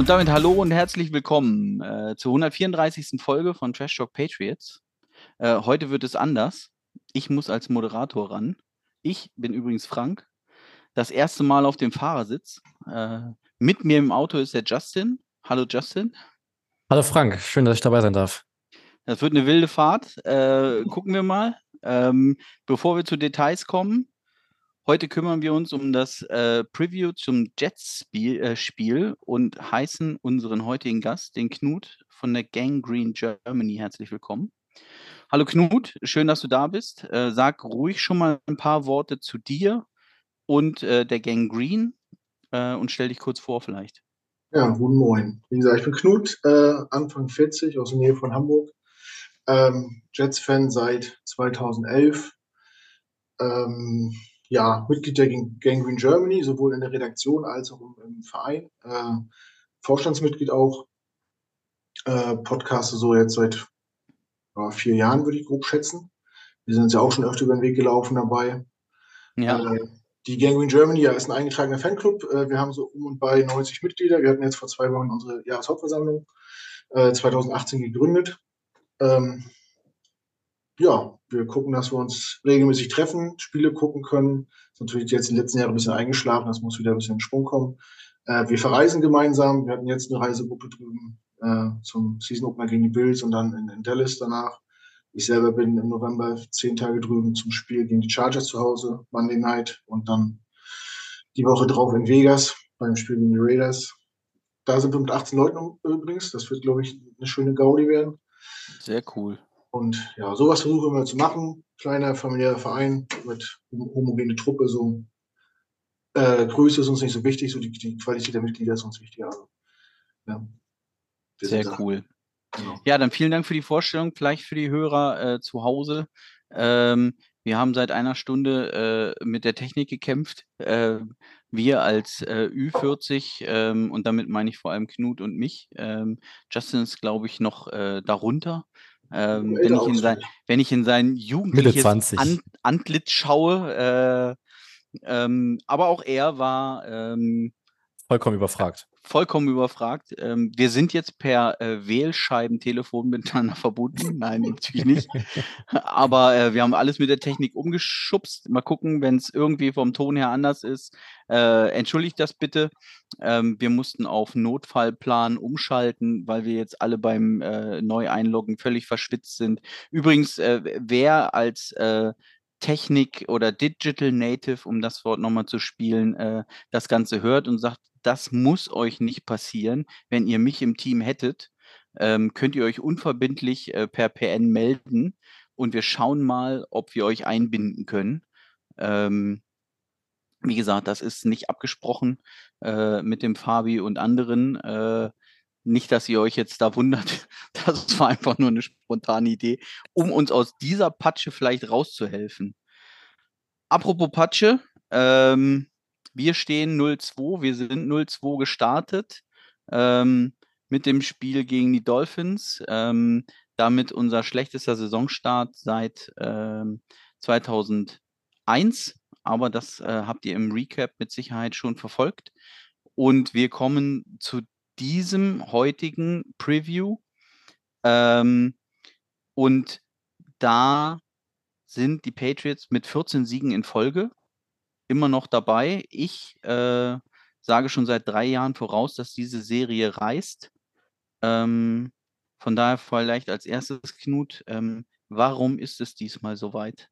Und damit hallo und herzlich willkommen zur 134. Folge von Trash Talk Patriots. Heute wird es anders. Ich muss als Moderator ran. Ich bin übrigens Frank. Das erste Mal auf dem Fahrersitz. Mit mir im Auto ist der Justin. Hallo Justin. Hallo Frank, schön, dass ich dabei sein darf. Das wird eine wilde Fahrt. Gucken wir mal. Bevor wir zu Details kommen, heute kümmern wir uns um das Preview zum Jets-Spiel und heißen unseren heutigen Gast, den Knut von der Gang Green Germany, herzlich willkommen. Hallo Knut, schön, dass du da bist. Sag ruhig schon mal ein paar Worte zu dir und der Gang Green und stell dich kurz vor vielleicht. Ja, guten Morgen. Wie gesagt, ich bin Knut, Anfang 40, aus der Nähe von Hamburg. Jets-Fan seit 2011. Ja, Mitglied der Gang Green Germany, sowohl in der Redaktion als auch im Verein. Vorstandsmitglied auch. Podcaste so jetzt seit 4 Jahren, würde ich grob schätzen. Wir sind uns ja auch schon öfter über den Weg gelaufen dabei. Ja, Äh, Die Gang Green Germany ja, ist ein eingetragener Fanclub. Wir haben so um und bei 90 Mitglieder. Wir hatten jetzt vor 2 Wochen unsere Jahreshauptversammlung 2018 gegründet. Ähm, ja, wir gucken, dass wir uns regelmäßig treffen, Spiele gucken können. Ist natürlich jetzt in den letzten Jahren ein bisschen eingeschlafen, das muss wieder ein bisschen in Schwung kommen. Wir verreisen gemeinsam. Wir hatten jetzt eine Reisegruppe drüben zum Season Opener gegen die Bills und dann in Dallas danach. Ich selber bin im November 10 Tage drüben zum Spiel gegen die Chargers zu Hause, Monday Night, und dann die Woche drauf in Vegas beim Spiel gegen die Raiders. Da sind wir mit 18 Leuten übrigens. Das wird, glaube ich, eine schöne Gaudi werden. sehr cool. Und ja, sowas versuchen wir zu machen. Kleiner familiärer Verein mit homogene Truppe. So Größe ist uns nicht so wichtig, so die Qualität der Mitglieder ist uns wichtiger. Also, ja, wir sind Sehr da. cool. Genau. Ja, dann vielen Dank für die Vorstellung. Vielleicht für die Hörer zu Hause. Wir haben seit einer Stunde mit der Technik gekämpft. Wir als Ü40, und damit meine ich vor allem Knut und mich. Justin ist, glaube ich, noch darunter. Wenn Älter ich in sein, ausfällig. wenn ich in sein Mitte jugendliches 20. Antlitz schaue, aber auch er war Vollkommen überfragt. vollkommen überfragt. Wir sind jetzt per Wählscheibentelefon miteinander verbunden. Nein, natürlich nicht. Aber wir haben alles mit der Technik umgeschubst. Mal gucken, wenn es irgendwie vom Ton her anders ist. Entschuldigt das bitte. Wir mussten auf Notfallplan umschalten, weil wir jetzt alle beim Neu-Einloggen völlig verschwitzt sind. Übrigens, wer als Technik oder Digital Native, um das Wort nochmal zu spielen, das Ganze hört und sagt, das muss euch nicht passieren, wenn ihr mich im Team hättet, könnt ihr euch unverbindlich per PN melden und wir schauen mal, ob wir euch einbinden können. Ähm, Wie gesagt, das ist nicht abgesprochen mit dem Fabi und anderen. Nicht, dass ihr euch jetzt da wundert. Das war einfach nur eine spontane Idee, um uns aus dieser Patsche vielleicht rauszuhelfen. Apropos Patsche, wir stehen 0-2, wir sind 0-2 gestartet ähm, mit dem Spiel gegen die Dolphins. Damit unser schlechtester Saisonstart seit 2001. Aber das habt ihr im Recap mit Sicherheit schon verfolgt. Und wir kommen zu diesem heutigen Preview. Ähm, und da sind die Patriots mit 14 Siegen in Folge immer noch dabei. Ich sage schon seit 3 Jahren voraus, dass diese Serie reißt. Ähm, von daher vielleicht als erstes, Knut, warum ist es diesmal so weit?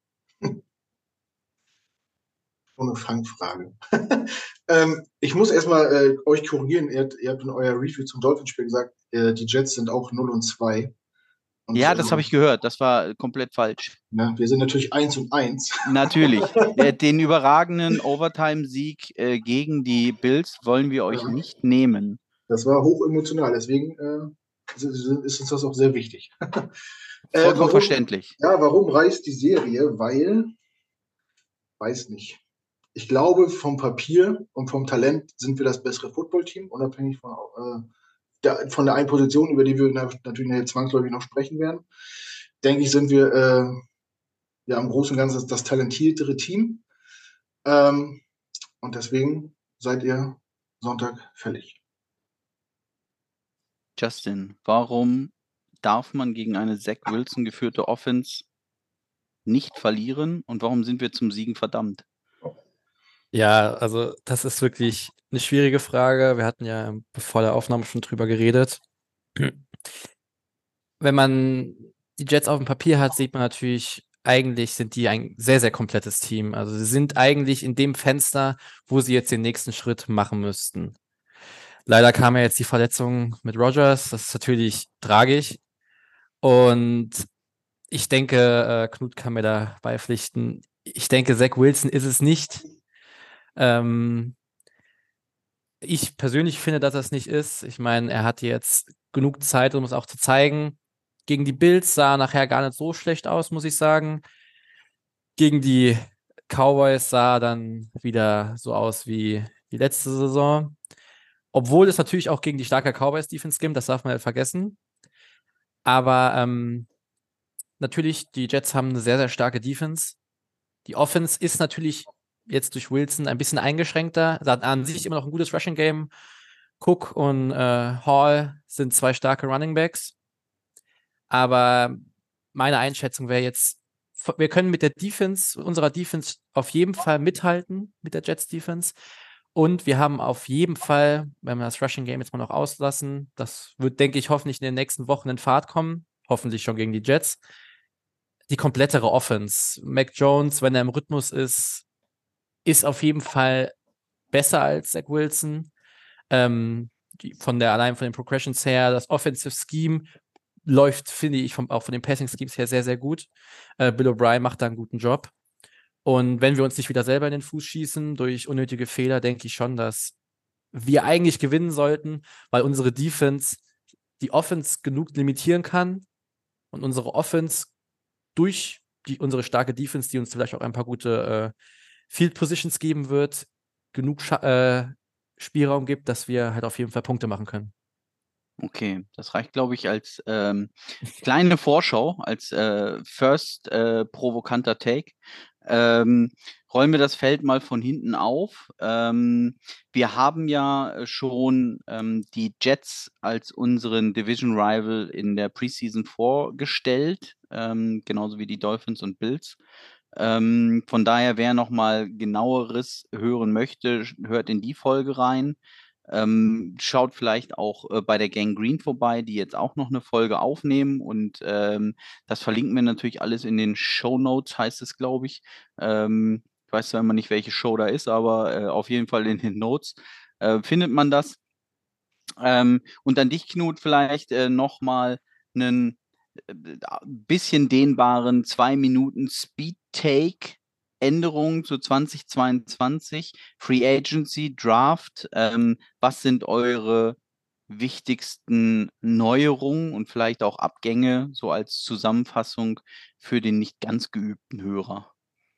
So eine Fangfrage. Ich muss erstmal euch korrigieren. Ihr habt in eurer Review zum Dolphinspiel gesagt, die Jets sind auch 0-2. Und Ja, das habe ich gehört. Das war komplett falsch. ne, wir sind natürlich 1-1. Natürlich. Den überragenden Overtime-Sieg gegen die Bills wollen wir euch Ja, nicht nehmen. das war hoch emotional, deswegen ist uns das auch sehr wichtig. Vollkommen Warum, verständlich. ja, warum reist die Serie? Weil, weiß nicht. Ich glaube, vom Papier und vom Talent sind wir das bessere Footballteam, unabhängig von der einen Position, über die wir natürlich zwangsläufig noch sprechen werden. Denke ich, sind wir ja im Großen und Ganzen das talentiertere Team. Ähm, und deswegen seid ihr Sonntag fällig. Justin, warum darf man gegen eine Zach Wilson geführte Offense nicht verlieren und warum sind wir zum Siegen verdammt? Ja, also das ist wirklich eine schwierige Frage. Wir hatten ja bevor der Aufnahme schon drüber geredet. Wenn man die Jets auf dem Papier hat, sieht man natürlich, eigentlich sind die ein sehr, sehr komplettes Team. Also sie sind eigentlich in dem Fenster, wo sie jetzt den nächsten Schritt machen müssten. Leider kam ja jetzt die Verletzung mit Rodgers. Das ist natürlich tragisch. Und ich denke, Knut kann mir da beipflichten. Ich denke, Zach Wilson ist es nicht. Ich persönlich finde, dass das nicht ist. Ich meine, er hat jetzt genug Zeit, um es auch zu zeigen. Gegen die Bills sah er nachher gar nicht so schlecht aus, muss ich sagen. Gegen die Cowboys sah er dann wieder so aus wie die letzte Saison. Obwohl es natürlich auch gegen die starke Cowboys-Defense ging, das darf man nicht vergessen. Aber natürlich, die Jets haben eine sehr, sehr starke Defense. Die Offense ist natürlich jetzt durch Wilson ein bisschen eingeschränkter. Hat an sich immer noch ein gutes Rushing-Game. Cook und Hall sind zwei starke Running Backs. Aber meine Einschätzung wäre jetzt, wir können mit der Defense, unserer Defense auf jeden Fall mithalten mit der Jets Defense. Und wir haben auf jeden Fall, wenn wir das Rushing Game jetzt mal noch auslassen, das wird, denke ich, hoffentlich in den nächsten Wochen in Fahrt kommen. Hoffentlich schon gegen die Jets. Die komplettere Offense. Mac Jones, wenn er im Rhythmus ist auf jeden Fall besser als Zach Wilson. Allein von den Progressions her, das Offensive Scheme läuft, finde ich, auch von den Passing Schemes her sehr, sehr gut. Bill O'Brien macht da einen guten Job. Und wenn wir uns nicht wieder selber in den Fuß schießen durch unnötige Fehler, denke ich schon, dass wir eigentlich gewinnen sollten, weil unsere Defense die Offense genug limitieren kann und unsere Offense durch unsere starke Defense, die uns vielleicht auch ein paar gute Field Positions geben wird, genug Spielraum gibt, dass wir halt auf jeden Fall Punkte machen können. Okay, das reicht, glaube ich, als kleine Vorschau, als First provokanter Take. Rollen wir das Feld mal von hinten auf. Wir haben ja schon die Jets als unseren Division Rival in der Preseason vorgestellt, genauso wie die Dolphins und Bills. Von daher, wer nochmal genaueres hören möchte, hört in die Folge rein. Schaut vielleicht auch bei der Gang Green vorbei, die jetzt auch noch eine Folge aufnehmen und das verlinken wir natürlich alles in den Show Notes, heißt es, glaube ich. Ich weiß zwar immer nicht, welche Show da ist, aber auf jeden Fall in den Notes findet man das. Und an dich, Knut, vielleicht nochmal einen bisschen dehnbaren 2 Minuten Speed-Take. Änderungen zu 2022, Free Agency, Draft. Was sind eure wichtigsten Neuerungen und vielleicht auch Abgänge, so als Zusammenfassung für den nicht ganz geübten Hörer?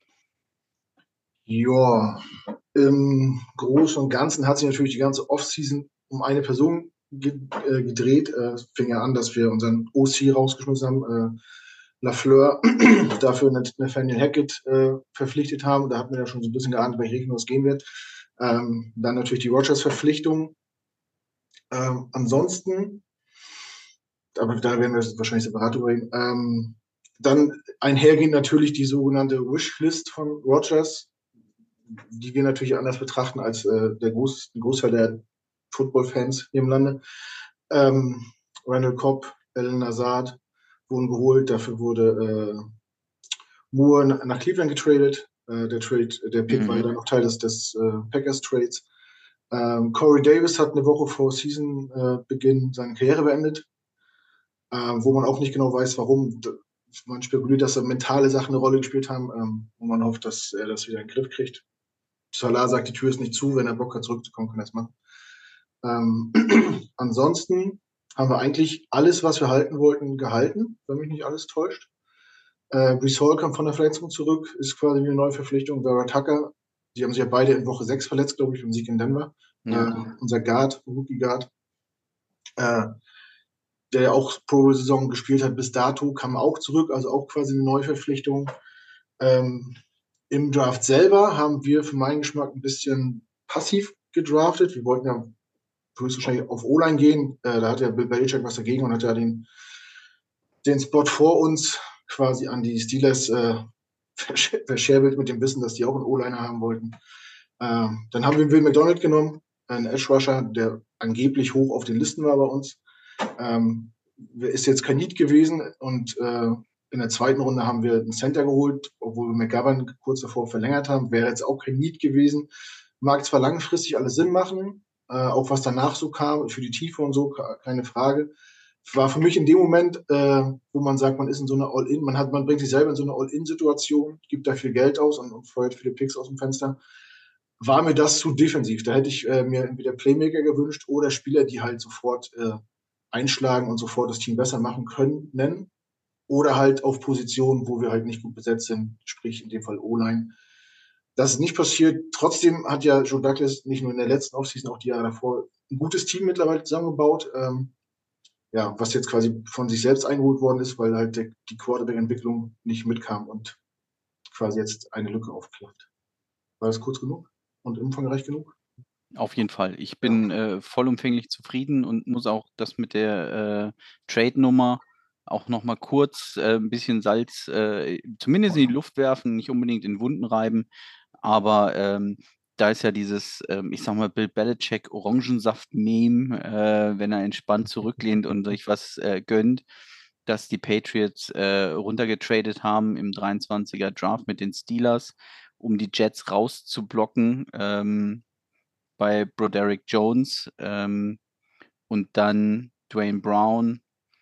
Ja, im Großen und Ganzen hat sich natürlich die ganze Offseason um eine Person gedreht. Es fing ja an, dass wir unseren OC rausgeschmissen haben, Lafleur, dafür Nathaniel Hackett verpflichtet haben. Da hatten wir ja schon so ein bisschen geahnt, in welche Richtung es gehen wird. Dann natürlich die Rodgers-Verpflichtung. Ansonsten, aber da werden wir wahrscheinlich separat drüber reden. Dann einhergehend natürlich die sogenannte Wishlist von Rodgers, die wir natürlich anders betrachten als der Großteil der Football-Fans hier im Lande. Randall Cobb, Alan Lazard wurden geholt. Dafür wurde Moore nach Cleveland getradet. Der Pick war ja dann noch Teil des Packers-Trades. Corey Davis hat eine Woche vor Season-Beginn seine Karriere beendet, wo man auch nicht genau weiß, warum. Man spekuliert, dass da mentale Sachen eine Rolle gespielt haben und man hofft, dass er das wieder in den Griff kriegt. Salah sagt, die Tür ist nicht zu, wenn er Bock hat, zurückzukommen, kann er es machen. Ansonsten haben wir eigentlich alles, was wir halten wollten, gehalten, wenn mich nicht alles täuscht. Breece Hall kam von der Verletzung zurück, ist quasi eine neue Verpflichtung. Vera Tucker, die haben sich ja beide in Woche 6 verletzt, glaube ich, beim Sieg in Denver. Ja. Unser Guard, Rookie Guard, der ja auch Pro-Saison gespielt hat bis dato, kam auch zurück, also auch quasi eine Neuverpflichtung. Im Draft selber haben wir für meinen Geschmack ein bisschen passiv gedraftet. Wir wollten ja höchstwahrscheinlich auf O-Line gehen. Da hat ja Bill Belichick was dagegen und hat ja den Spot vor uns quasi an die Steelers verscherbelt mit dem Wissen, dass die auch einen O-Liner haben wollten. Dann haben wir Will McDonald genommen, einen Edge Rusher, der angeblich hoch auf den Listen war bei uns. Ist jetzt kein Need gewesen und in der zweiten Runde haben wir einen Center geholt, obwohl wir McGovern kurz davor verlängert haben. Wäre jetzt auch kein Need gewesen. Mag zwar langfristig alles Sinn machen, auch was danach so kam, für die Tiefe und so, keine Frage. War für mich in dem Moment, wo man sagt, man ist in so einer All-In, man bringt sich selber in so eine All-In-Situation, gibt da viel Geld aus und feuert viele Picks aus dem Fenster, war mir das zu defensiv. Da hätte ich mir entweder Playmaker gewünscht oder Spieler, die halt sofort einschlagen und sofort das Team besser machen können, oder halt auf Positionen, wo wir halt nicht gut besetzt sind, sprich in dem Fall O-Line. Das ist nicht passiert. Trotzdem hat ja Joe Douglas nicht nur in der letzten Offseason, auch die Jahre davor, ein gutes Team mittlerweile zusammengebaut. Was jetzt quasi von sich selbst eingeholt worden ist, weil halt die Quarterback-Entwicklung nicht mitkam und quasi jetzt eine Lücke aufklafft. War das kurz genug und umfangreich genug? Auf jeden Fall. Ich bin vollumfänglich zufrieden und muss auch das mit der Trade-Nummer auch noch mal kurz ein bisschen Salz zumindest in die Luft werfen, nicht unbedingt in Wunden reiben, aber da ist ja dieses, ich sag mal, Bill Belichick Orangensaft-Meme, wenn er entspannt zurücklehnt und sich was gönnt, dass die Patriots runtergetradet haben im 23er Draft mit den Steelers, um die Jets rauszublocken bei Broderick Jones und dann Dwayne Brown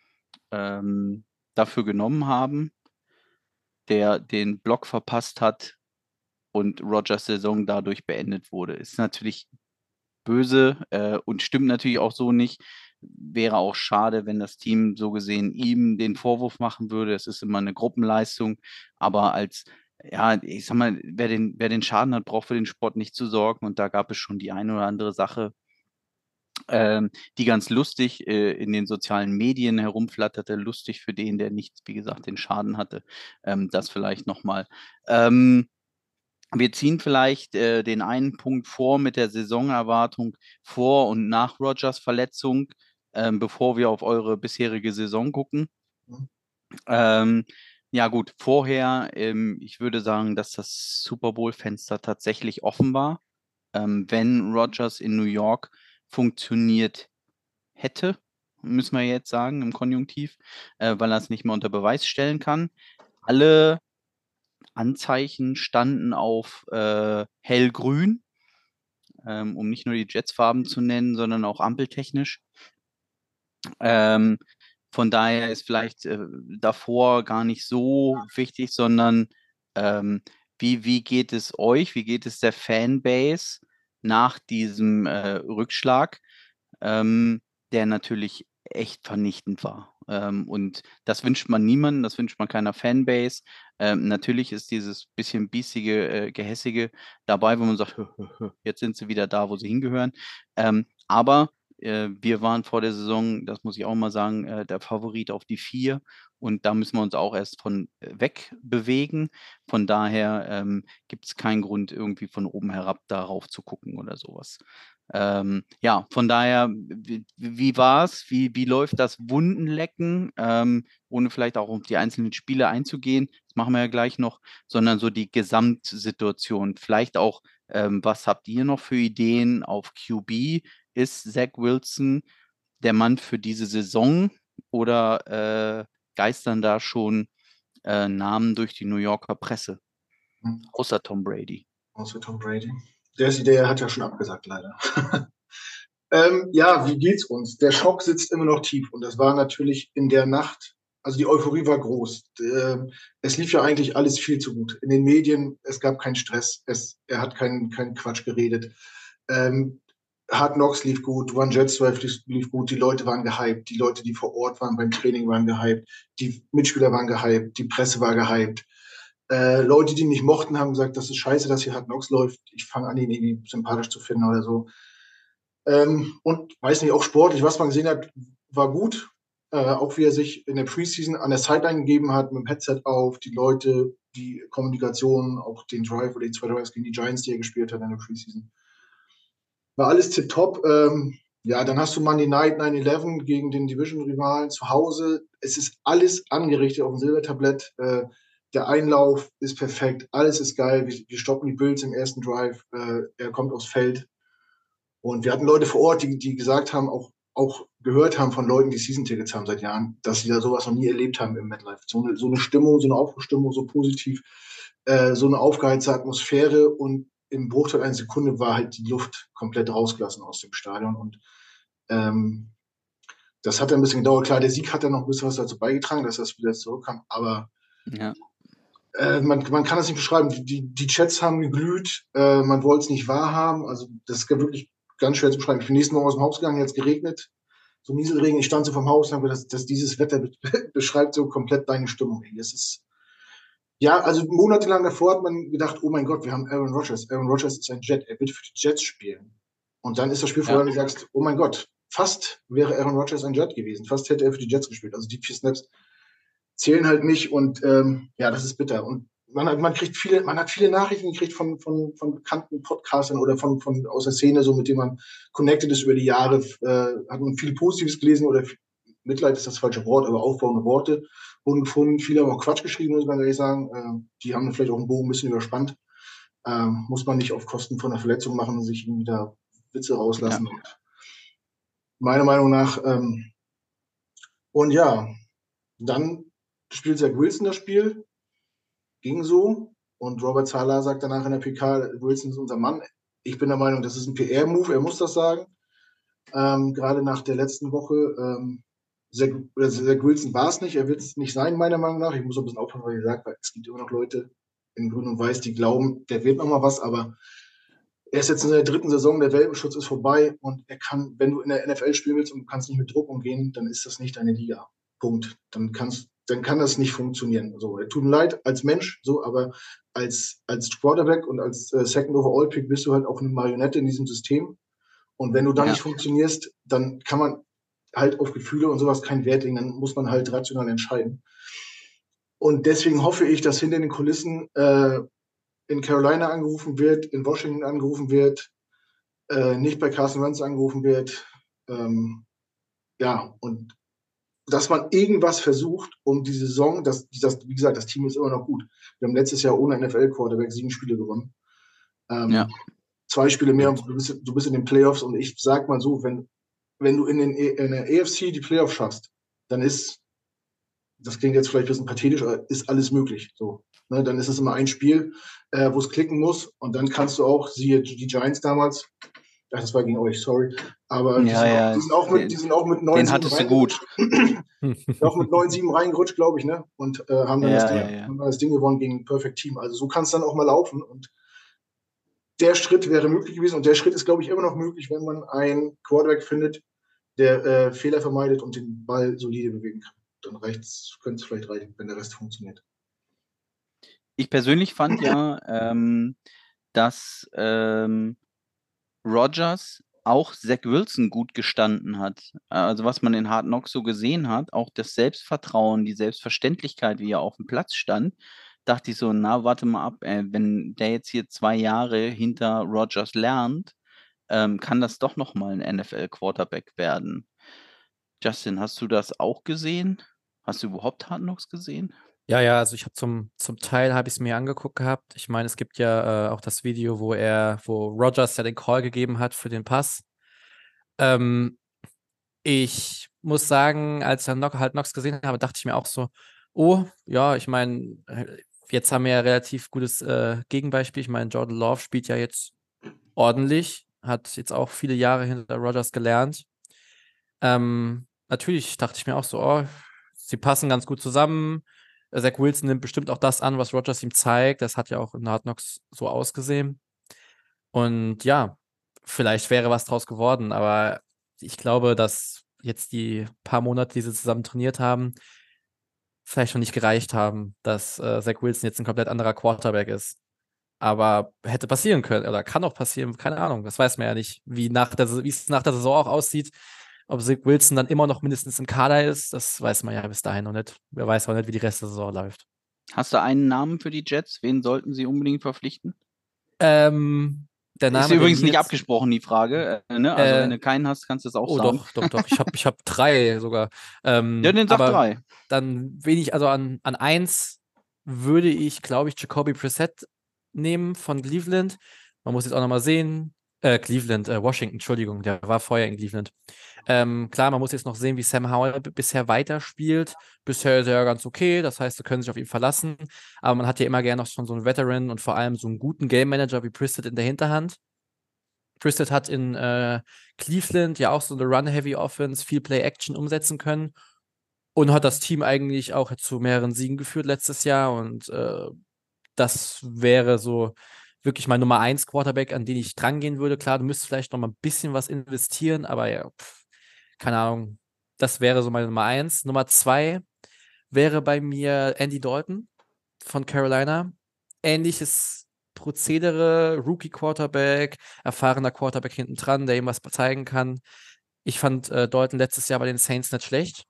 dafür genommen haben, der den Block verpasst hat und Rodgers Saison dadurch beendet wurde. Ist natürlich böse und stimmt natürlich auch so nicht. Wäre auch schade, wenn das Team so gesehen ihm den Vorwurf machen würde. Es ist immer eine Gruppenleistung, aber ja, ich sag mal, wer den Schaden hat, braucht für den Sport nicht zu sorgen. Und da gab es schon die eine oder andere Sache, die ganz lustig in den sozialen Medien herumflatterte, lustig für den, der nicht, wie gesagt, den Schaden hatte. Das vielleicht nochmal. Wir ziehen vielleicht den einen Punkt vor mit der Saisonerwartung vor und nach Rodgers Verletzung, bevor wir auf eure bisherige Saison gucken. Ja gut, vorher, ich würde sagen, dass das Super Bowl-Fenster tatsächlich offen war. Wenn Rodgers in New York funktioniert hätte, müssen wir jetzt sagen, im Konjunktiv, weil er es nicht mehr unter Beweis stellen kann. Alle Anzeichen standen auf hellgrün, um nicht nur die Jets-Farben zu nennen, sondern auch ampeltechnisch. Von daher ist vielleicht davor gar nicht so wichtig, sondern wie geht es euch, wie geht es der Fanbase nach diesem Rückschlag, der natürlich echt vernichtend war. Und das wünscht man niemandem, das wünscht man keiner Fanbase. Natürlich ist dieses bisschen biestige, gehässige dabei, wo man sagt, jetzt sind sie wieder da, wo sie hingehören. Aber wir waren vor der Saison, das muss ich auch mal sagen, der Favorit auf die 4 und da müssen wir uns auch erst von weg bewegen. Von daher gibt es keinen Grund, irgendwie von oben herab darauf zu gucken oder sowas. Ja, von daher, wie war es? Wie läuft das Wundenlecken? Ohne vielleicht auch auf die einzelnen Spiele einzugehen, das machen wir ja gleich noch, sondern so die Gesamtsituation. Vielleicht auch, was habt ihr noch für Ideen auf QB? Ist Zach Wilson der Mann für diese Saison oder geistern da schon Namen durch die New Yorker Presse? Außer Tom Brady. Außer Tom Brady. Der hat ja schon abgesagt, leider. Ja, wie geht's uns? Der Schock sitzt immer noch tief und das war natürlich in der Nacht, also die Euphorie war groß. Es lief ja eigentlich alles viel zu gut. In den Medien, es gab keinen Stress, er hat keinen Quatsch geredet. Hard Knocks lief gut, One Jets lief gut, die Leute waren gehypt, die Leute, die vor Ort waren beim Training, waren gehypt, die Mitspieler waren gehypt, die Presse war gehypt. Leute, die ihn nicht mochten, haben gesagt, das ist scheiße, dass hier Hard Knocks läuft. Ich fange an, ihn irgendwie sympathisch zu finden oder so. Und weiß nicht, auch sportlich, was man gesehen hat, war gut. Auch wie er sich in der Preseason an der Sideline gegeben hat, mit dem Headset auf, die Leute, die Kommunikation, auch den Drive oder die 2 Drives gegen die Giants, die er gespielt hat in der Preseason. War alles tipptopp. Ja, dann hast du Monday Night 9-11 gegen den Division-Rivalen zu Hause. Es ist alles angerichtet auf dem Silbertablett. Der Einlauf ist perfekt, alles ist geil. Wir stoppen die Bills im ersten Drive. Er kommt aufs Feld. Und wir hatten Leute vor Ort, die gesagt haben, auch gehört haben von Leuten, die Season-Tickets haben seit Jahren, dass sie da sowas noch nie erlebt haben im MetLife. So eine Stimmung, so eine Aufbruchstimmung, so positiv, so eine aufgeheizte Atmosphäre und im Bruchteil einer Sekunde war halt die Luft komplett rausgelassen aus dem Stadion und ähm, das hat ein bisschen gedauert. Klar, der Sieg hat dann noch ein bisschen was dazu beigetragen, dass das wieder zurückkam, aber Ja. man kann das nicht beschreiben. Die Chats haben geglüht, man wollte es nicht wahrhaben. Also das ist wirklich ganz schwer zu beschreiben. Ich bin nächsten Morgen aus dem Haus gegangen, jetzt geregnet, so Nieselregen. Ich stand so vom Haus und habe gedacht, dass dieses Wetter beschreibt so komplett deine Stimmung. Es ist, ja, also monatelang davor hat man gedacht, oh mein Gott, wir haben Aaron Rodgers. Aaron Rodgers ist ein Jet, er wird für die Jets spielen. Und dann ist das Spiel vorbei und du sagst, oh mein Gott, fast wäre Aaron Rodgers ein Jet gewesen. Fast hätte er für die Jets gespielt. Also die 4 Snaps zählen halt nicht und ja, das ist bitter. Und man hat viele Nachrichten gekriegt von bekannten Podcastern oder aus der Szene, so mit denen man connected ist über die Jahre, hat man viel Positives gelesen oder Mitleid ist das falsche Wort, aber aufbauende Worte wurden gefunden. Viele haben auch Quatsch geschrieben, muss man ehrlich sagen. Die haben vielleicht auch einen Bogen ein bisschen überspannt. Muss man nicht auf Kosten von einer Verletzung machen und sich irgendwie da Witze rauslassen. Ja. Meiner Meinung nach, und ja, dann spielt Zach Wilson das Spiel, ging so. Und Robert Saleh sagt danach in der PK, Wilson ist unser Mann. Ich bin der Meinung, das ist ein PR-Move, er muss das sagen. Gerade nach der letzten Woche. Zach Wilson war es nicht, er wird es nicht sein, meiner Meinung nach. Ich muss auch ein bisschen aufpassen, was ich sage, weil es gibt immer noch Leute in Grün und Weiß, die glauben, der wird noch mal was, aber er ist jetzt in der 3. Saison, der Welpenschutz ist vorbei und er kann, wenn du in der NFL spielen willst und du kannst nicht mit Druck umgehen, dann ist das nicht deine Liga. Punkt. Dann kann das nicht funktionieren. So, tut mir leid als Mensch, so, aber als Quarterback und als Second Overall Pick bist du halt auch eine Marionette in diesem System. Und wenn du da nicht funktionierst, dann kann man halt auf Gefühle und sowas keinen Wert legen, dann muss man halt rational entscheiden. Und deswegen hoffe ich, dass hinter den Kulissen in Carolina angerufen wird, in Washington angerufen wird, nicht bei Carson Wentz angerufen wird. Ja, und dass man irgendwas versucht, um die Saison, wie gesagt, das Team ist immer noch gut. Wir haben letztes Jahr ohne NFL-Quarterback 7 Spiele gewonnen. 2 Spiele mehr und du bist in den Playoffs und ich sag mal so, wenn du in der AFC die Playoffs schaffst, dann ist, das klingt jetzt vielleicht ein bisschen pathetisch, aber ist alles möglich. So, ne, dann ist es immer ein Spiel, wo es klicken muss und dann kannst du auch, siehe die Giants damals, das war gegen euch, sorry, aber die sind auch mit 9-7 den hattest du gut. auch mit 9-7 reingerutscht, glaube ich, ne? Und haben dann das Ding gewonnen gegen ein Perfect Team. Also so kann es dann auch mal laufen und der Schritt wäre möglich gewesen und der Schritt ist, glaube ich, immer noch möglich, wenn man einen Quarterback findet, der Fehler vermeidet und den Ball solide bewegen kann. Dann könnte es vielleicht reichen, wenn der Rest funktioniert. Ich persönlich fand dass Rodgers auch Zach Wilson gut gestanden hat. Also was man in Hard Knocks so gesehen hat, auch das Selbstvertrauen, die Selbstverständlichkeit, wie er auf dem Platz stand, dachte ich so, na, warte mal ab, wenn der jetzt hier 2 Jahre hinter Rodgers lernt, kann das doch nochmal ein NFL-Quarterback werden. Justin, hast du das auch gesehen? Hast du überhaupt Hard Knocks gesehen? Ja, also ich habe zum Teil habe ich es mir angeguckt gehabt. Ich meine, es gibt ja auch das Video, wo Rodgers ja den Call gegeben hat für den Pass. Ich muss sagen, als ich dann Hard Knocks gesehen habe, dachte ich mir auch so, oh, ja, ich meine, jetzt haben wir ja relativ gutes Gegenbeispiel. Ich meine, Jordan Love spielt ja jetzt ordentlich, hat jetzt auch viele Jahre hinter Rodgers gelernt. Natürlich dachte ich mir auch so, oh, sie passen ganz gut zusammen. Zach Wilson nimmt bestimmt auch das an, was Rodgers ihm zeigt. Das hat ja auch in Hard Knocks so ausgesehen. Und ja, vielleicht wäre was draus geworden, aber ich glaube, dass jetzt die paar Monate, die sie zusammen trainiert haben, vielleicht noch nicht gereicht haben, dass Zach Wilson jetzt ein komplett anderer Quarterback ist. Aber hätte passieren können oder kann auch passieren, keine Ahnung. Das weiß man ja nicht, wie es nach der Saison auch aussieht. Ob Zach Wilson dann immer noch mindestens im Kader ist, das weiß man ja bis dahin noch nicht. Wer weiß auch nicht, wie die Rest der Saison läuft. Hast du einen Namen für die Jets? Wen sollten sie unbedingt verpflichten? der Ist Name, der übrigens mir nicht jetzt, abgesprochen, die Frage. Ne? Also wenn äh, du keinen hast, kannst du es auch oh sagen. doch. Ich hab 3 sogar. Ja, dann sag Aber 3. dann wenig, also an 1 würde ich, glaube ich, Jacoby Brissett nehmen von Cleveland. Man muss jetzt auch nochmal sehen. Cleveland, Washington, Entschuldigung, der war vorher in Cleveland. Klar, man muss jetzt noch sehen, wie Sam Howell bisher weiterspielt. Bisher ist er ja ganz okay, das heißt, sie können sich auf ihn verlassen. Aber man hat ja immer gerne noch schon so einen Veteran und vor allem so einen guten Game Manager wie Brissett in der Hinterhand. Brissett hat in Cleveland ja auch so eine Run-Heavy-Offense, viel Play-Action umsetzen können und hat das Team eigentlich auch zu mehreren Siegen geführt letztes Jahr. Und das wäre so wirklich mein Nummer 1 Quarterback, an den ich drangehen würde. Klar, du müsstest vielleicht noch mal ein bisschen was investieren, aber ja, keine Ahnung. Das wäre so meine Nummer 1. Nummer 2 wäre bei mir Andy Dalton von Carolina. Ähnliches Prozedere, Rookie-Quarterback, erfahrener Quarterback hinten dran, der ihm was zeigen kann. Ich fand Dalton letztes Jahr bei den Saints nicht schlecht.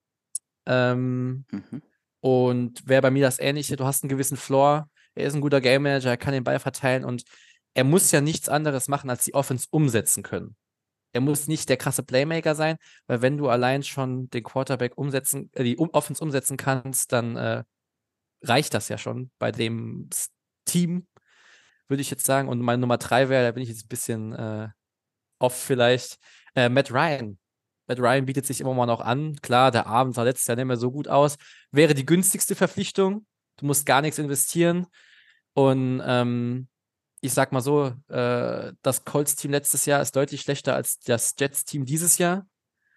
Ähm, Mhm. und wäre bei mir das Ähnliche. Du hast einen gewissen Floor. Er ist ein guter Game Manager, er kann den Ball verteilen und er muss ja nichts anderes machen, als die Offense umsetzen können. Er muss nicht der krasse Playmaker sein, weil wenn du allein schon den Quarterback die Offense umsetzen kannst, dann reicht das ja schon bei dem Team, würde ich jetzt sagen. Und meine Nummer 3 wäre, da bin ich jetzt ein bisschen off vielleicht, Matt Ryan. Matt Ryan bietet sich immer mal noch an. Klar, der Abend sah letztes Jahr nicht mehr so gut aus. Wäre die günstigste Verpflichtung. Du musst gar nichts investieren. Und ich sag mal so, das Colts-Team letztes Jahr ist deutlich schlechter als das Jets-Team dieses Jahr.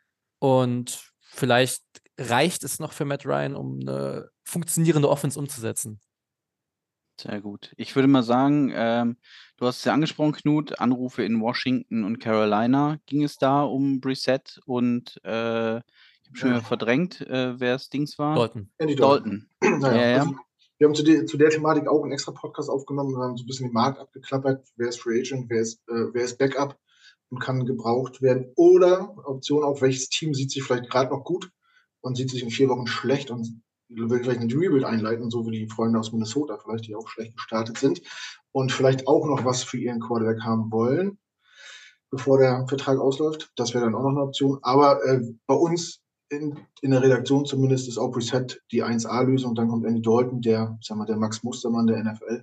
Und vielleicht reicht es noch für Matt Ryan, um eine funktionierende Offense umzusetzen. Sehr gut. Ich würde mal sagen, du hast es ja angesprochen, Knut, Anrufe in Washington und Carolina. Ging es da um Brissett und ich habe schon wieder verdrängt, wer es Dings war? Dalton. Andy Dalton. Dalton. Naja, Ja, ja. also wir haben zu der Thematik auch einen extra Podcast aufgenommen. Wir haben so ein bisschen den Markt abgeklappert. Wer ist Free Agent, wer ist Backup und kann gebraucht werden. Oder Option auf, welches Team sieht sich vielleicht gerade noch gut und sieht sich in 4 Wochen schlecht und will vielleicht einen Rebuild einleiten, so wie die Freunde aus Minnesota vielleicht, die auch schlecht gestartet sind und vielleicht auch noch was für ihren Quarterback haben wollen, bevor der Vertrag ausläuft. Das wäre dann auch noch eine Option. Aber bei uns in der Redaktion zumindest ist auch Reset die 1A-Lösung. Dann kommt Andy Dalton, der Max Mustermann der NFL,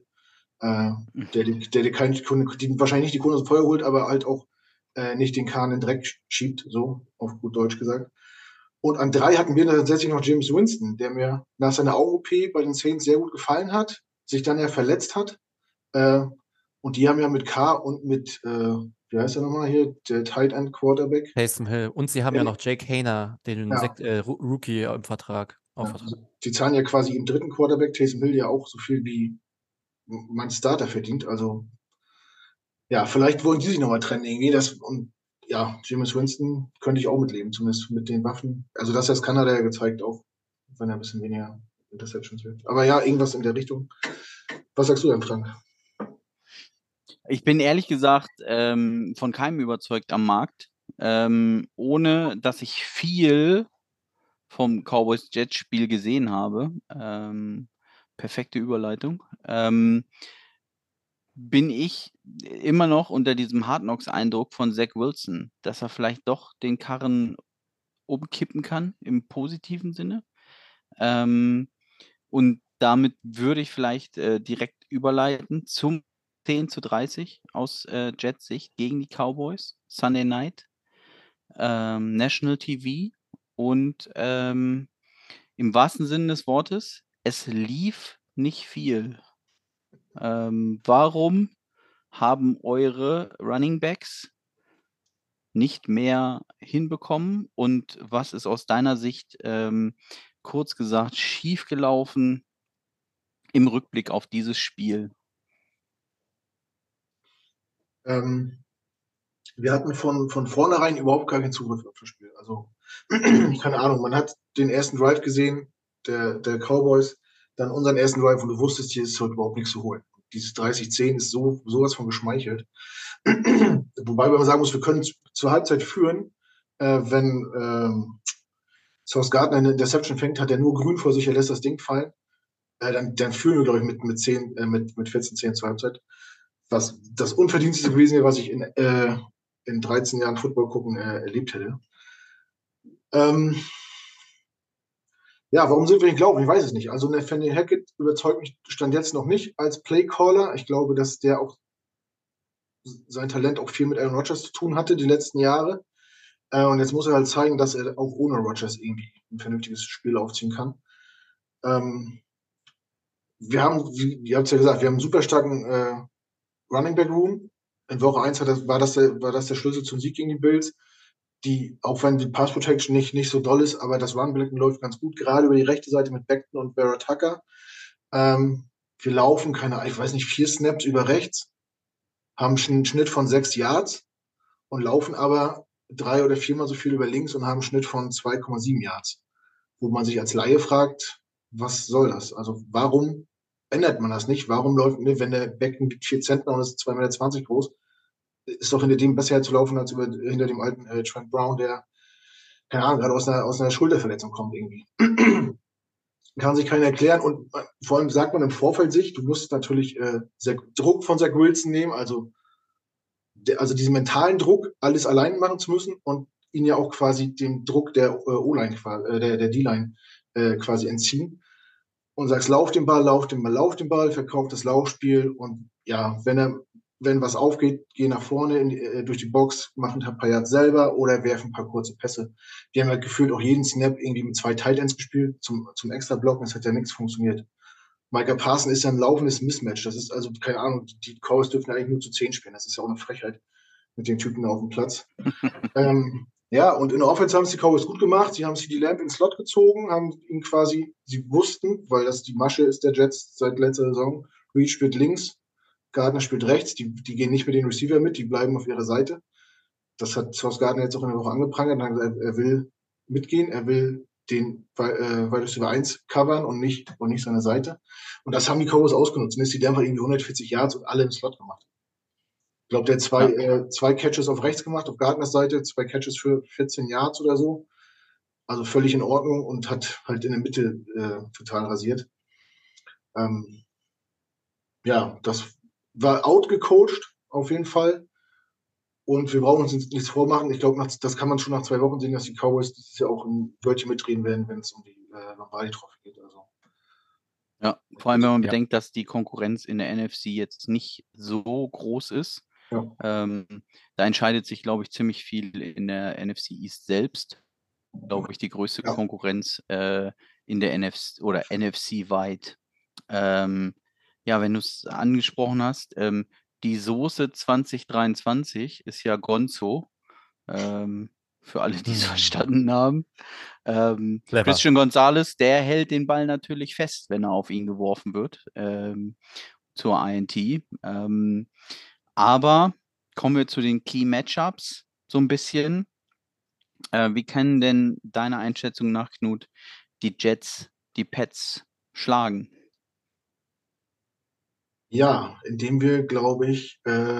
der wahrscheinlich nicht die Kunden aus dem Feuer holt, aber halt auch nicht den Kahn in den Dreck schiebt, so auf gut Deutsch gesagt. Und an 3 hatten wir tatsächlich noch James Winston, der mir nach seiner Augen-OP bei den Saints sehr gut gefallen hat, sich dann ja verletzt hat. Und die haben ja mit K und mit, wie heißt der nochmal hier, der Tight End Quarterback. Taysom Hill. Und sie haben ja noch Jake Haener, den Ja, Rookie im Vertrag. Auf ja. Vertrag. Also, die zahlen ja quasi im dritten Quarterback, Taysom Hill ja auch so viel wie mein Starter verdient. Also, ja, vielleicht wollen die sich nochmal trennen irgendwie. Und ja, Jameis Winston könnte ich auch mitleben, zumindest mit den Waffen. Also, das kann er ja gezeigt, auch wenn er ein bisschen weniger Interceptions wird. Aber ja, irgendwas in der Richtung. Was sagst du denn, Frank? Ich bin ehrlich gesagt von keinem überzeugt am Markt, ohne dass ich viel vom Cowboys-Jets-Spiel gesehen habe. Perfekte Überleitung. Bin ich immer noch unter diesem Hard Knocks-Eindruck von Zach Wilson, dass er vielleicht doch den Karren umkippen kann im positiven Sinne. Und damit würde ich vielleicht direkt überleiten zum 10:30 aus Jets Sicht gegen die Cowboys, Sunday Night, National TV und im wahrsten Sinne des Wortes, es lief nicht viel. Warum haben eure Running Backs nicht mehr hinbekommen und was ist aus deiner Sicht kurz gesagt schiefgelaufen im Rückblick auf dieses Spiel? Wir hatten von vornherein überhaupt gar keinen Zugriff auf das Spiel. Also, keine Ahnung, man hat den ersten Drive gesehen, der Cowboys, dann unseren ersten Drive und du wusstest, hier ist heute überhaupt nichts zu holen. Dieses 30-10 ist sowas von geschmeichelt. Wobei man sagen muss, wir können zur Halbzeit führen, wenn Sauce Gardner eine Interception fängt, hat er nur grün vor sich, er lässt das Ding fallen. Dann führen wir, glaube ich, mit 14-10 zur Halbzeit. was das Unverdiensteste gewesen wäre, was ich in 13 Jahren Football gucken erlebt hätte. Ja, warum sind wir nicht glauben? Ich weiß es nicht. Also Nathaniel Hackett überzeugt mich Stand jetzt noch nicht als Playcaller. Ich glaube, dass der auch sein Talent auch viel mit Aaron Rodgers zu tun hatte die letzten Jahre. Und jetzt muss er halt zeigen, dass er auch ohne Rodgers irgendwie ein vernünftiges Spiel aufziehen kann. Wir haben, wie ihr habt es ja gesagt, wir haben einen super starken Running Back Room. In Woche 1 war das der Schlüssel zum Sieg gegen die Bills. Auch wenn die Pass Protection nicht so doll ist, aber das Run-Blocking läuft ganz gut, gerade über die rechte Seite mit Beckton und Vera Tucker. Wir laufen, ich weiß nicht, 4 Snaps über rechts, haben einen Schnitt von 6 Yards und laufen aber 3 oder 4 Mal so viel über links und haben einen Schnitt von 2,7 Yards. Wo man sich als Laie fragt, was soll das? Also warum ändert man das nicht? Warum läuft, wenn der Becken 4 Zentner und ist 2,20 Meter groß, ist doch hinter dem besser zu laufen als hinter dem alten Trent Brown, der, keine Ahnung, gerade aus einer Schulterverletzung kommt irgendwie. Kann sich keiner erklären und vor allem sagt man im Vorfeld sich, du musst natürlich Druck von Zach Wilson nehmen, also diesen mentalen Druck, alles allein machen zu müssen und ihn ja auch quasi dem Druck der O-Line, der D-Line quasi entziehen und sagst, lauf den Ball, verkauf das Laufspiel und ja, wenn was aufgeht, geh nach vorne durch die Box, mach ein paar Yards selber oder werf ein paar kurze Pässe. Wir haben halt gefühlt auch jeden Snap irgendwie mit 2 Tight Ends gespielt zum extra Blocken, es hat ja nichts funktioniert. Micah Parsons ist ja ein laufendes Mismatch. Das ist also, keine Ahnung, die Cowboys dürfen eigentlich nur zu 10 spielen. Das ist ja auch eine Frechheit mit den Typen da auf dem Platz. Ja, und in der Offense haben es die Cowboys gut gemacht. Sie haben CD Lamb ins Slot gezogen, haben ihn quasi, sie wussten, weil das die Masche ist der Jets seit letzter Saison, Reed spielt links, Gardner spielt rechts, die gehen nicht mit den Receiver mit, die bleiben auf ihrer Seite. Das hat Sauce Gardner jetzt auch in der Woche angeprangert. Er will mitgehen, er will den Wide Receiver 1 covern und nicht seine Seite. Und das haben die Cowboys ausgenutzt. Und ist die einfach irgendwie 140 Yards und alle im Slot gemacht. Ich glaube, der hat zwei Catches auf rechts gemacht, auf Gardners Seite, 2 Catches für 14 Yards oder so. Also völlig in Ordnung und hat halt in der Mitte total rasiert. Ja, das war outgecoacht, auf jeden Fall. Und wir brauchen uns nichts vormachen. Ich glaube, das kann man schon nach 2 Wochen sehen, dass die Cowboys dieses Jahr auch ein Wörtchen mitreden werden, wenn es um die Lombardi-Trophy geht. Also. Ja, vor allem, wenn man bedenkt, dass die Konkurrenz in der NFC jetzt nicht so groß ist. Ja. Da entscheidet sich, glaube ich, ziemlich viel in der NFC East selbst. Glaube ich, die größte Konkurrenz in der NFC oder NFC-weit. Ja, wenn du es angesprochen hast, die Soße 2023 ist ja Gonzo. Für alle, die es verstanden haben. Christian Gonzalez, der hält den Ball natürlich fest, wenn er auf ihn geworfen wird, zur INT. Aber kommen wir zu den Key Matchups so ein bisschen. Wie können denn deiner Einschätzung nach, Knut, die Jets die Pets schlagen? Ja, indem wir, glaube ich,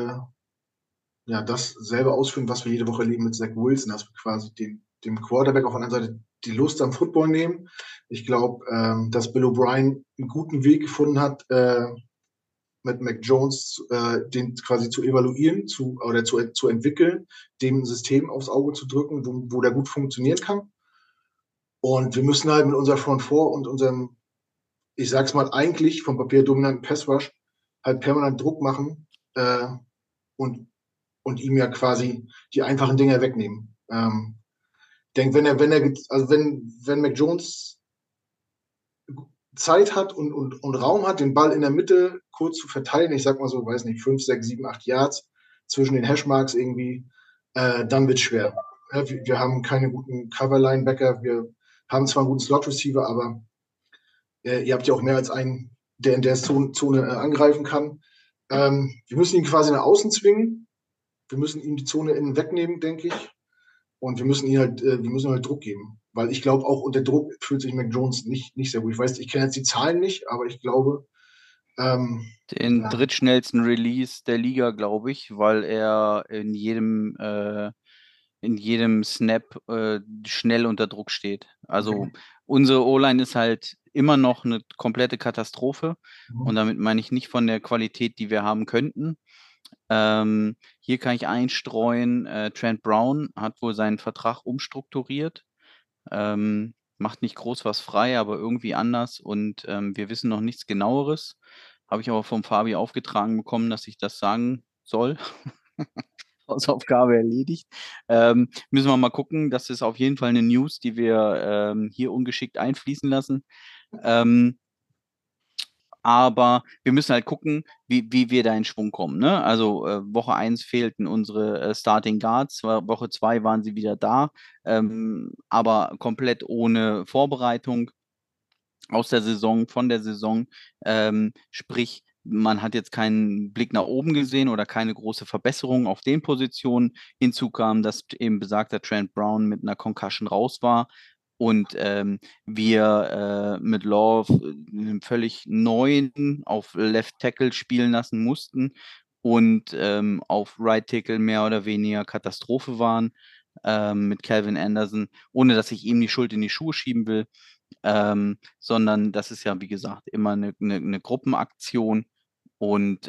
das selber ausführen, was wir jede Woche erleben mit Zach Wilson, dass wir quasi dem Quarterback auf der anderen Seite die Lust am Football nehmen. Ich glaube, dass Bill O'Brien einen guten Weg gefunden hat, mit Mac Jones den quasi zu evaluieren zu entwickeln, dem ein System aufs Auge zu drücken, wo der gut funktionieren kann. Und wir müssen halt mit unserer Front Four und unserem, ich sag's mal, eigentlich vom Papier dominanten Pass Rush halt permanent Druck machen und ihm ja quasi die einfachen Dinge wegnehmen. Denke, wenn Mac Jones Zeit hat und Raum hat, den Ball in der Mitte kurz zu verteilen, ich sag mal so, weiß nicht, 5, 6, 7, 8 Yards zwischen den Hashmarks irgendwie, dann wird es schwer. Ja, wir haben keine guten Cover-Linebacker, wir haben zwar einen guten Slot-Receiver, aber ihr habt ja auch mehr als einen, der in der Zone angreifen kann. Wir müssen ihn quasi nach außen zwingen, wir müssen ihm die Zone innen wegnehmen, denke ich. Und wir müssen halt Druck geben. Weil ich glaube, auch unter Druck fühlt sich Mac Jones nicht sehr gut. Ich kenne jetzt die Zahlen nicht, aber ich glaube. Den drittschnellsten Release der Liga, glaube ich, weil er in in jedem Snap schnell unter Druck steht. Also unsere O-Line ist halt immer noch eine komplette Katastrophe und damit meine ich nicht von der Qualität, die wir haben könnten. Hier kann ich einstreuen, Trent Brown hat wohl seinen Vertrag umstrukturiert, macht nicht groß was frei, aber irgendwie anders und wir wissen noch nichts Genaueres. Habe ich aber vom Fabi aufgetragen bekommen, dass ich das sagen soll. Hausaufgabe erledigt. Müssen wir mal gucken. Das ist auf jeden Fall eine News, die wir hier ungeschickt einfließen lassen. Aber wir müssen halt gucken, wie wir da in Schwung kommen. Ne? Also Woche 1 fehlten unsere Starting Guards, Woche 2 waren sie wieder da, aber komplett ohne Vorbereitung aus der Saison, von der Saison. Sprich, man hat jetzt keinen Blick nach oben gesehen oder keine große Verbesserung auf den Positionen. Hinzu kam, dass eben besagter Trent Brown mit einer Concussion raus war und wir mit Love einen völlig neuen auf Left Tackle spielen lassen mussten und auf Right Tackle mehr oder weniger Katastrophe waren mit Calvin Anderson, ohne dass ich ihm die Schuld in die Schuhe schieben will. Sondern das ist ja, wie gesagt, immer eine Gruppenaktion und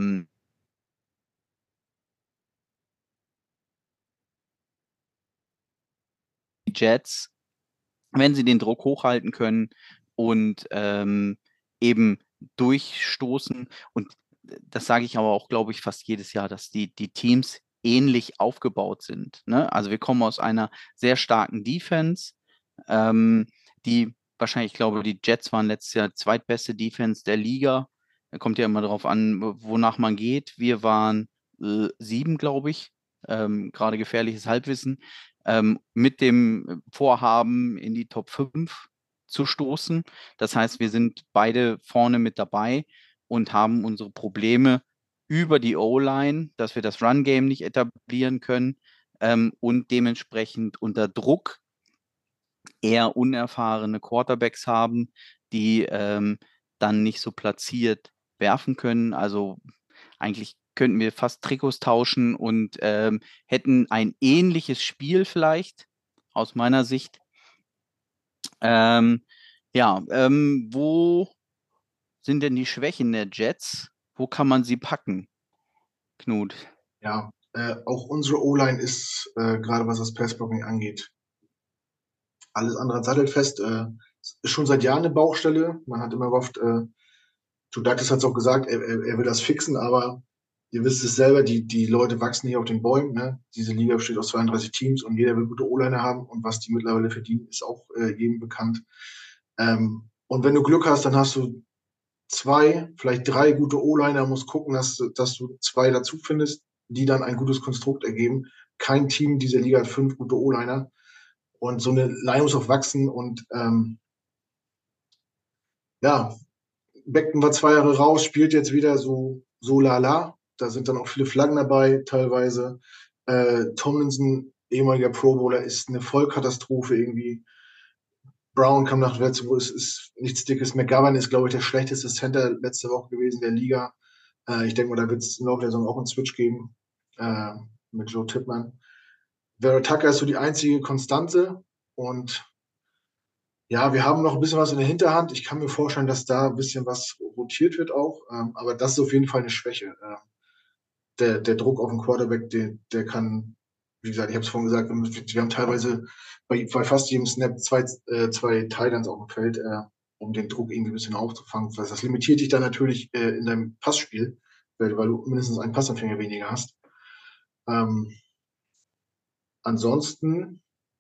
die Jets, wenn sie den Druck hochhalten können und eben durchstoßen, und das sage ich aber auch, glaube ich, fast jedes Jahr, dass die Teams ähnlich aufgebaut sind. Ne? Also wir kommen aus einer sehr starken Defense, die wahrscheinlich, ich glaube, die Jets waren letztes Jahr zweitbeste Defense der Liga. Da kommt ja immer darauf an, wonach man geht. Wir waren 7, glaube ich. Gerade gefährliches Halbwissen. Mit dem Vorhaben, in die Top 5 zu stoßen. Das heißt, wir sind beide vorne mit dabei und haben unsere Probleme über die O-Line, dass wir das Run-Game nicht etablieren können und dementsprechend unter Druck eher unerfahrene Quarterbacks haben, die dann nicht so platziert werfen können. Also eigentlich könnten wir fast Trikots tauschen und hätten ein ähnliches Spiel vielleicht, aus meiner Sicht. Wo sind denn die Schwächen der Jets? Wo kann man sie packen, Knut? Ja, auch unsere O-Line ist, gerade was das Passblocking angeht, alles andere als sattelfest. Ist schon seit Jahren eine Baustelle. Man hat immer gehofft, Joe Douglas hat es auch gesagt, er will das fixen, aber ihr wisst es selber, die Leute wachsen hier auf den Bäumen. Ne? Diese Liga besteht aus 32 Teams und jeder will gute O-Liner haben und was die mittlerweile verdienen, ist auch jedem bekannt. Und wenn du Glück hast, dann hast du 2, vielleicht 3 gute O-Liner, musst gucken, dass du 2 dazu findest, die dann ein gutes Konstrukt ergeben. Kein Team dieser Liga hat 5 gute O-Liner. Und so eine Line muss auch wachsen und ja, Beckton war 2 Jahre raus, spielt jetzt wieder so lala. Da sind dann auch viele Flaggen dabei, teilweise. Tomlinson, ehemaliger Pro Bowler, ist eine Vollkatastrophe irgendwie. Brown kam nach Vertigo, ist nichts Dickes. McGovern ist, glaube ich, der schlechteste Center letzte Woche gewesen der Liga. Ich denke mal, da wird es im Laufe der Saison auch einen Switch geben mit Joe Tippmann. Vera Tucker ist so die einzige Konstante und ja, wir haben noch ein bisschen was in der Hinterhand. Ich kann mir vorstellen, dass da ein bisschen was rotiert wird auch. Aber das ist auf jeden Fall eine Schwäche. Der Druck auf den Quarterback, der kann, wie gesagt, ich habe es vorhin gesagt, wir haben teilweise bei fast jedem Snap zwei Titans auf dem Feld, um den Druck irgendwie ein bisschen aufzufangen. Das limitiert dich dann natürlich in deinem Passspiel, weil du mindestens einen Passempfänger weniger hast. Ansonsten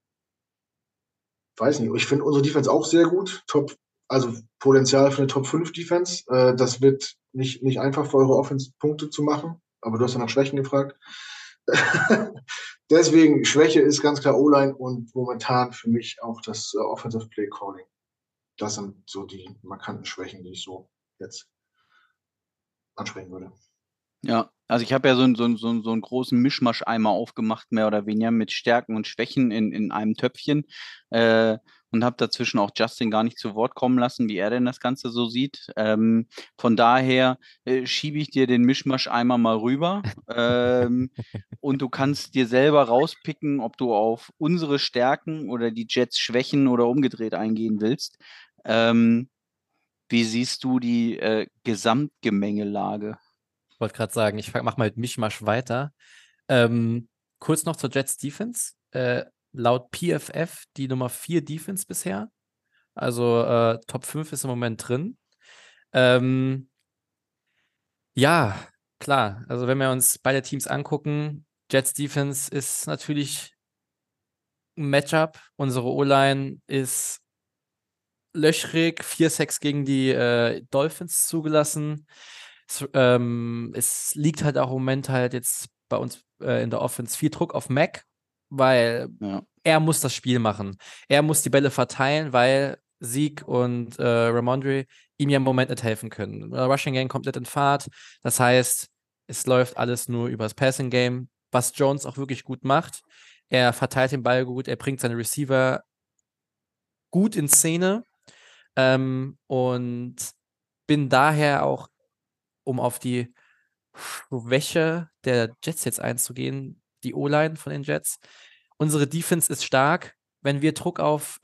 weiß nicht, ich finde unsere Defense auch sehr gut. Also Potenzial für eine Top 5 Defense. Das wird nicht einfach für eure Offense Punkte zu machen, aber du hast ja nach Schwächen gefragt. Deswegen, Schwäche ist ganz klar O-Line und momentan für mich auch das Offensive Play Calling. Das sind so die markanten Schwächen, die ich so jetzt ansprechen würde. Ja, also ich habe ja so einen großen Mischmasch-Eimer aufgemacht, mehr oder weniger, mit Stärken und Schwächen in einem Töpfchen. und habe dazwischen auch Justin gar nicht zu Wort kommen lassen, wie er denn das Ganze so sieht. Von daher schiebe ich dir den Mischmasch einmal mal rüber. Und du kannst dir selber rauspicken, ob du auf unsere Stärken oder die Jets Schwächen oder umgedreht eingehen willst. Wie siehst du die Gesamtgemengelage? Ich wollte gerade sagen, ich mache mal mit Mischmasch weiter. Kurz noch zur Jets Defense. Laut PFF die Nummer 4 Defense bisher. Also Top 5 ist im Moment drin. Ähm, ja, klar. Also wenn wir uns beide Teams angucken, Jets Defense ist natürlich ein Matchup. Unsere O-Line ist löchrig, 4 Sacks gegen die Dolphins zugelassen. Es liegt halt auch im Moment halt jetzt bei uns in der Offense viel Druck auf Mac, weil Ja. er muss das Spiel machen. Er muss die Bälle verteilen, weil Zeke und Ramondre ihm ja im Moment nicht helfen können. Rushing Game komplett in Fahrt. Das heißt, es läuft alles nur übers Passing Game, was Jones auch wirklich gut macht. Er verteilt den Ball gut, er bringt seine Receiver gut in Szene. Und bin daher auch, um auf die Schwäche der Jets jetzt einzugehen, die O-Line von den Jets. Unsere Defense ist stark. Wenn wir Druck auf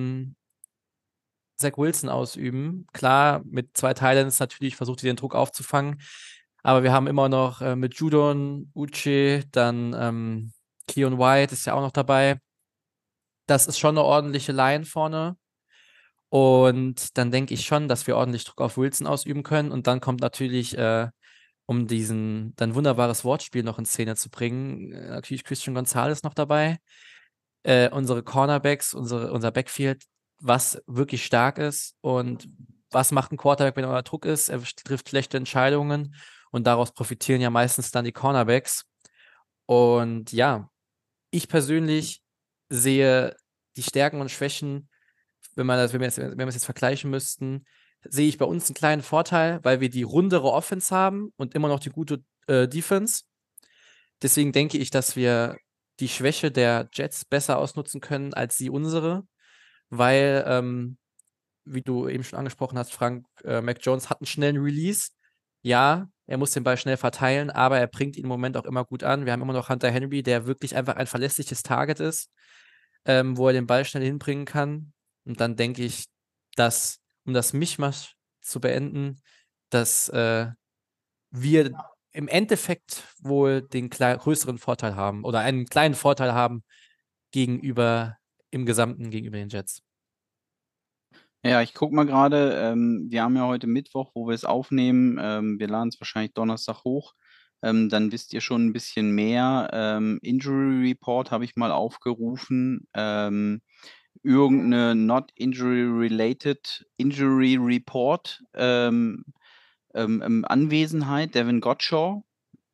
Zach Wilson ausüben, klar, mit 2 Titans natürlich versucht ihr den Druck aufzufangen, aber wir haben immer noch mit Judon, Uche, dann Keon White ist ja auch noch dabei. Das ist schon eine ordentliche Line vorne. Und dann denke ich schon, dass wir ordentlich Druck auf Wilson ausüben können. Und dann kommt natürlich, um diesen dann wunderbares Wortspiel noch in Szene zu bringen, natürlich Christian Gonzalez noch dabei. Unsere Cornerbacks, unser Backfield, was wirklich stark ist. Und was macht ein Quarterback, wenn er unter Druck ist? Er trifft schlechte Entscheidungen und daraus profitieren ja meistens dann die Cornerbacks. Und ja, ich persönlich sehe die Stärken und Schwächen, wenn wir es jetzt vergleichen müssten, sehe ich bei uns einen kleinen Vorteil, weil wir die rundere Offense haben und immer noch die gute Defense. Deswegen denke ich, dass wir die Schwäche der Jets besser ausnutzen können als sie unsere, weil, wie du eben schon angesprochen hast, Frank, Mac Jones hat einen schnellen Release. Ja, er muss den Ball schnell verteilen, aber er bringt ihn im Moment auch immer gut an. Wir haben immer noch Hunter Henry, der wirklich einfach ein verlässliches Target ist, wo er den Ball schnell hinbringen kann. Und dann denke ich, dass, um das Mischmasch zu beenden, dass wir im Endeffekt wohl den größeren Vorteil haben oder einen kleinen Vorteil haben gegenüber im Gesamten gegenüber den Jets. Ja, ich gucke mal gerade, wir haben ja heute Mittwoch, wo wir es aufnehmen. Wir laden es wahrscheinlich Donnerstag hoch. Dann wisst ihr schon ein bisschen mehr. Injury Report habe ich mal aufgerufen. Irgendeine Not Injury Related Injury Report. Anwesenheit, Devin Gottschall.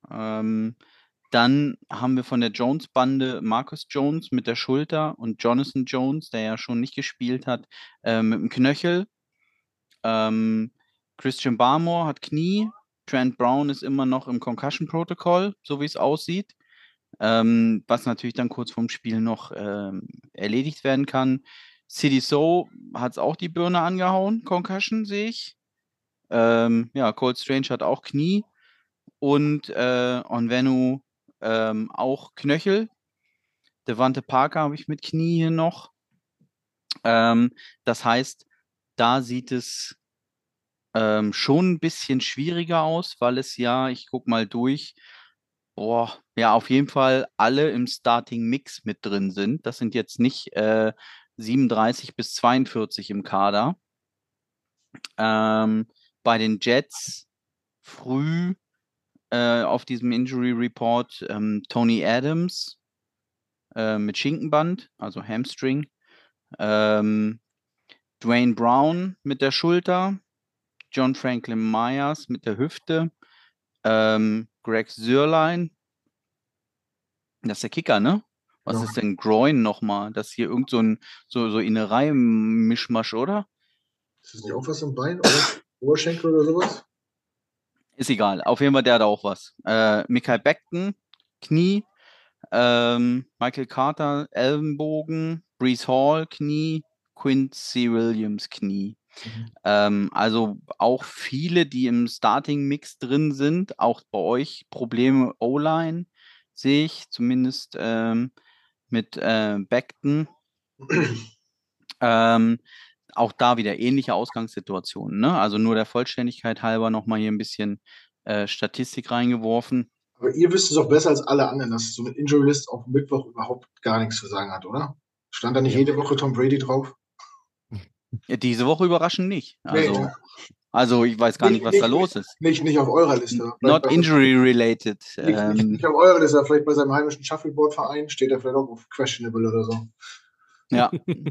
Dann haben wir von der Jones-Bande Marcus Jones mit der Schulter und Jonathan Jones, der ja schon nicht gespielt hat, mit dem Knöchel. Christian Barmore hat Knie. Trent Brown ist immer noch im Concussion-Protokoll, so wie es aussieht. Was natürlich dann kurz vorm Spiel noch erledigt werden kann. City So hat es auch die Birne angehauen, Concussion sehe ich. Ja, Cold Strange hat auch Knie und Onwenu auch Knöchel. Devante Parker habe ich mit Knie hier noch. Das heißt, da sieht es schon ein bisschen schwieriger aus, weil es ja, ich gucke mal durch, ja, auf jeden Fall alle im Starting-Mix mit drin sind. Das sind jetzt nicht 37 bis 42 im Kader. Bei den Jets früh auf diesem Injury Report Tony Adams mit Schinkenband, also Hamstring. Dwayne Brown mit der Schulter. John Franklin Myers mit der Hüfte. Greg Sörlein. Das ist der Kicker, ne? Was Ja. ist denn Groin nochmal? Das ist hier irgend so Innerei-Mischmasch, oder? Ist das nicht auch was im Bein? Oder Oberschenkel oder sowas? Ist egal. Auf jeden Fall, der hat auch was. Michael Beckton, Knie. Michael Carter, Ellenbogen. Brees Hall, Knie. Quincy Williams Knie. Also auch viele, die im Starting-Mix drin sind, auch bei euch Probleme O-Line, sehe ich zumindest mit Becton. Auch da wieder ähnliche Ausgangssituationen, ne? Also nur der Vollständigkeit halber nochmal hier ein bisschen Statistik reingeworfen. Aber ihr wisst es auch besser als alle anderen, dass so eine Injury List auf Mittwoch überhaupt gar nichts zu sagen hat, oder? Stand da nicht Ja. jede Woche Tom Brady drauf? Diese Woche überraschend nicht. Nee, Also ich weiß gar nicht, was da los ist. nicht auf eurer Liste. Not injury related. Nicht auf eurer Liste, vielleicht bei seinem heimischen Shuffleboard-Verein steht er vielleicht auch auf questionable oder so. Ja,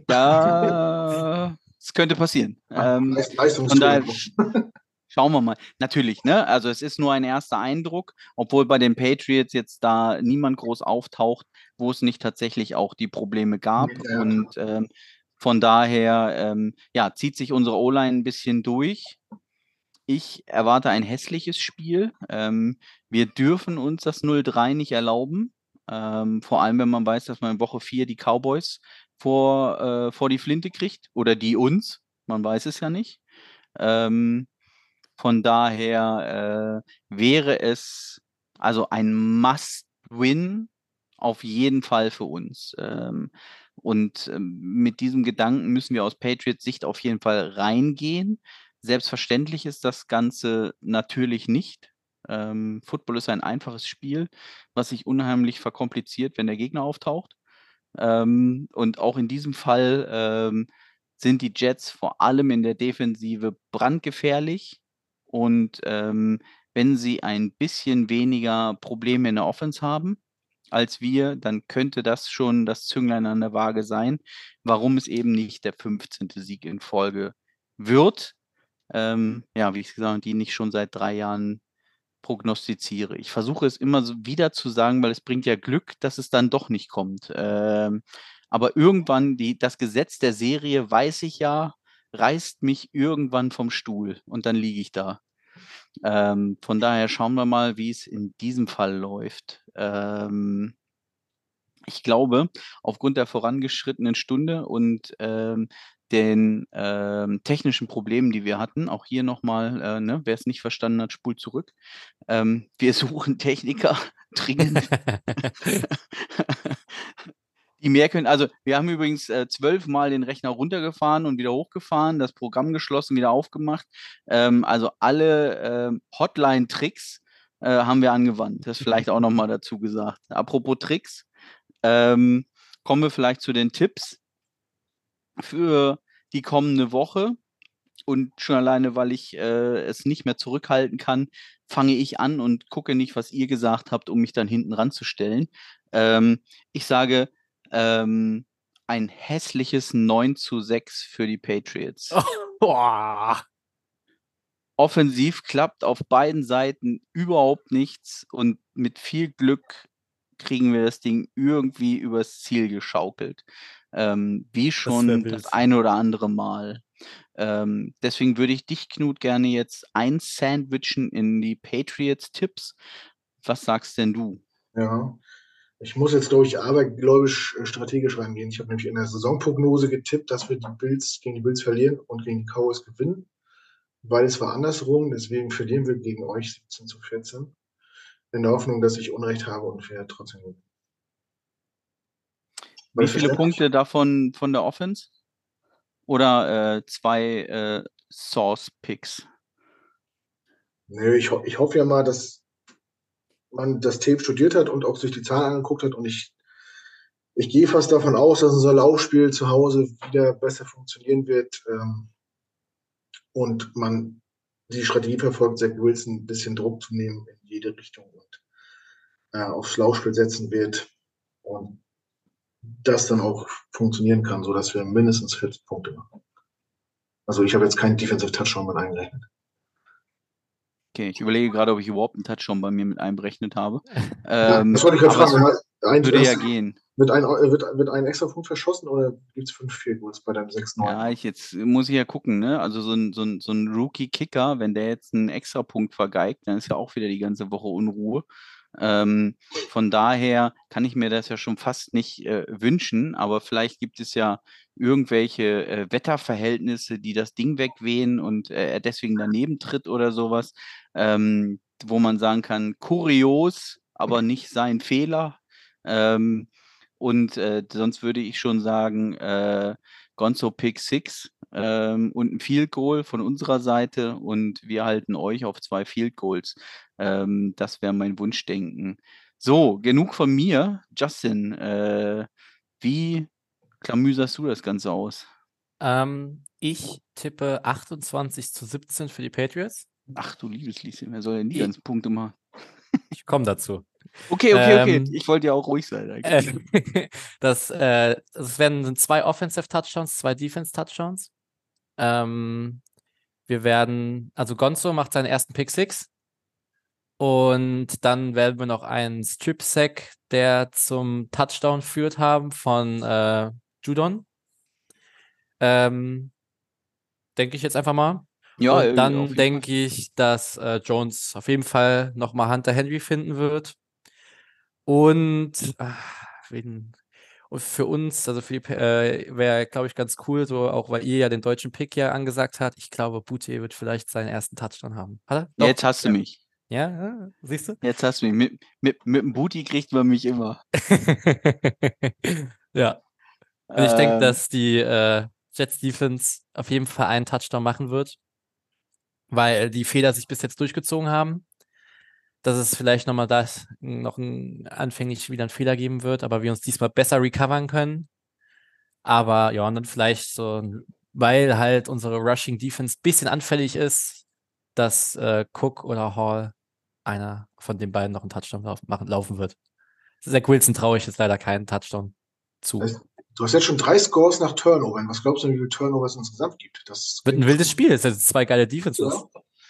das könnte passieren. Von daher schauen wir mal. Natürlich, ne? Also es ist nur ein erster Eindruck, obwohl bei den Patriots jetzt da niemand groß auftaucht, wo es nicht tatsächlich auch die Probleme gab. Ja, und von daher zieht sich unsere O-Line ein bisschen durch. Ich erwarte ein hässliches Spiel. Wir dürfen uns das 0-3 nicht erlauben. Vor allem, wenn man weiß, dass man in Woche 4 die Cowboys vor die Flinte kriegt oder die uns. Man weiß es ja nicht. Von daher wäre es also ein Must-Win auf jeden Fall für uns. Mit diesem Gedanken müssen wir aus Patriots Sicht auf jeden Fall reingehen. Selbstverständlich ist das Ganze natürlich nicht. Football ist ein einfaches Spiel, was sich unheimlich verkompliziert, wenn der Gegner auftaucht. Und auch in diesem Fall sind die Jets vor allem in der Defensive brandgefährlich. Und wenn sie ein bisschen weniger Probleme in der Offense haben als wir, dann könnte das schon das Zünglein an der Waage sein, warum es eben nicht der 15. Sieg in Folge wird. Wie ich gesagt habe, die nicht schon seit 3 Jahren prognostiziere. Ich versuche es immer so wieder zu sagen, weil es bringt ja Glück, dass es dann doch nicht kommt. Aber irgendwann, das Gesetz der Serie, weiß ich ja, reißt mich irgendwann vom Stuhl und dann liege ich da. Von daher schauen wir mal, wie es in diesem Fall läuft. Ich glaube, aufgrund der vorangeschrittenen Stunde und den technischen Problemen, die wir hatten, auch hier nochmal, wer es nicht verstanden hat, spult zurück. Wir suchen Techniker dringend. Die mehr können. Also wir haben übrigens 12 Mal den Rechner runtergefahren und wieder hochgefahren, das Programm geschlossen, wieder aufgemacht. Also alle Hotline-Tricks haben wir angewandt. Das vielleicht auch nochmal dazu gesagt. Apropos Tricks, kommen wir vielleicht zu den Tipps für die kommende Woche. Und schon alleine, weil ich es nicht mehr zurückhalten kann, fange ich an und gucke nicht, was ihr gesagt habt, um mich dann hinten ranzustellen. Ich sage ein hässliches 9-6 für die Patriots. Offensiv klappt auf beiden Seiten überhaupt nichts und mit viel Glück kriegen wir das Ding irgendwie übers Ziel geschaukelt. Wie schon das eine oder andere Mal. Deswegen würde ich dich, Knut, gerne jetzt einsandwichen in die Patriots-Tipps. Was sagst denn du? Ja, ich muss jetzt, glaube ich, abergläubisch strategisch rangehen. Ich habe nämlich in der Saisonprognose getippt, dass wir gegen die Bills verlieren und gegen die Cowboys gewinnen. Weil es war andersrum, deswegen verlieren wir gegen euch 17-14. In der Hoffnung, dass ich Unrecht habe und wir trotzdem gewinnen. Wie viele Punkte davon von der Offense? Oder 2 Source-Picks? Nö, ich hoffe ja mal, dass man das Tape studiert hat und auch sich die Zahlen angeguckt hat. Und ich gehe fast davon aus, dass unser Laufspiel zu Hause wieder besser funktionieren wird. Und man die Strategie verfolgt, Zach Wilson ein bisschen Druck zu nehmen in jede Richtung und aufs Laufspiel setzen wird. Und das dann auch funktionieren kann, sodass wir mindestens 40 Punkte machen. Also ich habe jetzt keinen Defensive Touchdown mit eingerechnet. Okay, ich überlege gerade, ob ich überhaupt einen Touchdown bei mir mit einberechnet habe. Das wollte ich gerade fragen. Würde ja gehen. Wird ein extra Punkt verschossen oder gibt es 5 Field Goals bei deinem 6-9? Ja, jetzt muss ich ja gucken, ne? Also so ein Rookie-Kicker, wenn der jetzt einen extra Punkt vergeigt, dann ist ja auch wieder die ganze Woche Unruhe. Von daher kann ich mir das ja schon fast nicht wünschen, aber vielleicht gibt es ja irgendwelche Wetterverhältnisse, die das Ding wegwehen und er deswegen daneben tritt oder sowas, wo man sagen kann, kurios, aber nicht sein Fehler. Und sonst würde ich schon sagen, Gonzo Pick 6 und ein Field Goal von unserer Seite und wir halten euch auf 2 Field Goals. Das wäre mein Wunschdenken. So, genug von mir. Justin, wie klamüserst du das Ganze aus? Ich tippe 28-17 für die Patriots. Ach du liebes Lieschen, wer soll denn die Ich- ganzen Punkte machen? Ich komme dazu. Okay. Ich wollte ja auch ruhig sein. eigentlich. Das sind 2 Offensive Touchdowns, 2 Defense Touchdowns. Also Gonzo macht seinen ersten Pick 6 und dann werden wir noch einen Strip Sack, der zum Touchdown führt haben von Judon. Denke ich jetzt einfach mal. Ja, Und auf dann jeden denke ich, dass Jones auf jeden Fall nochmal Hunter Henry finden wird. Und und für uns, also für die, wäre, glaube ich, ganz cool, so auch weil ihr ja den deutschen Pick ja angesagt habt. Ich glaube, Boutte wird vielleicht seinen ersten Touchdown haben. Hat er? Doch. Jetzt hast du mich. Ja, siehst du? Jetzt hast du mich. Mit dem Booty kriegt man mich immer. Ja. Und ich denke, Ähm, dass die Jets Defense auf jeden Fall einen Touchdown machen wird, weil die Fehler sich bis jetzt durchgezogen haben. Dass es vielleicht noch anfänglich wieder einen Fehler geben wird, aber wir uns diesmal besser recovern können. Aber ja, und dann vielleicht so, weil halt unsere Rushing Defense ein bisschen anfällig ist, dass Cook oder Hall einer von den beiden noch einen Touchdown laufen wird. Zach Wilson traue ich jetzt leider keinen Touchdown zu. Du hast jetzt schon 3 Scores nach Turnovern. Was glaubst du, wie viele Turnovers es insgesamt gibt? Das Wird ein wildes Spiel. Es sind 2 geile Defenses. Ja.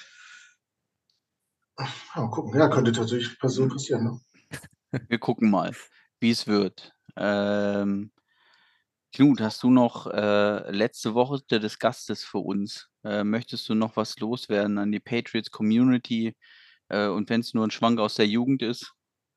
Mal gucken. Ja, könnte tatsächlich so passieren. Ne? Wir gucken mal, wie es wird. Knut, hast du noch letzte Woche des Gastes für uns? Möchtest du noch was loswerden an die Patriots Community? Und wenn es nur ein Schwank aus der Jugend ist?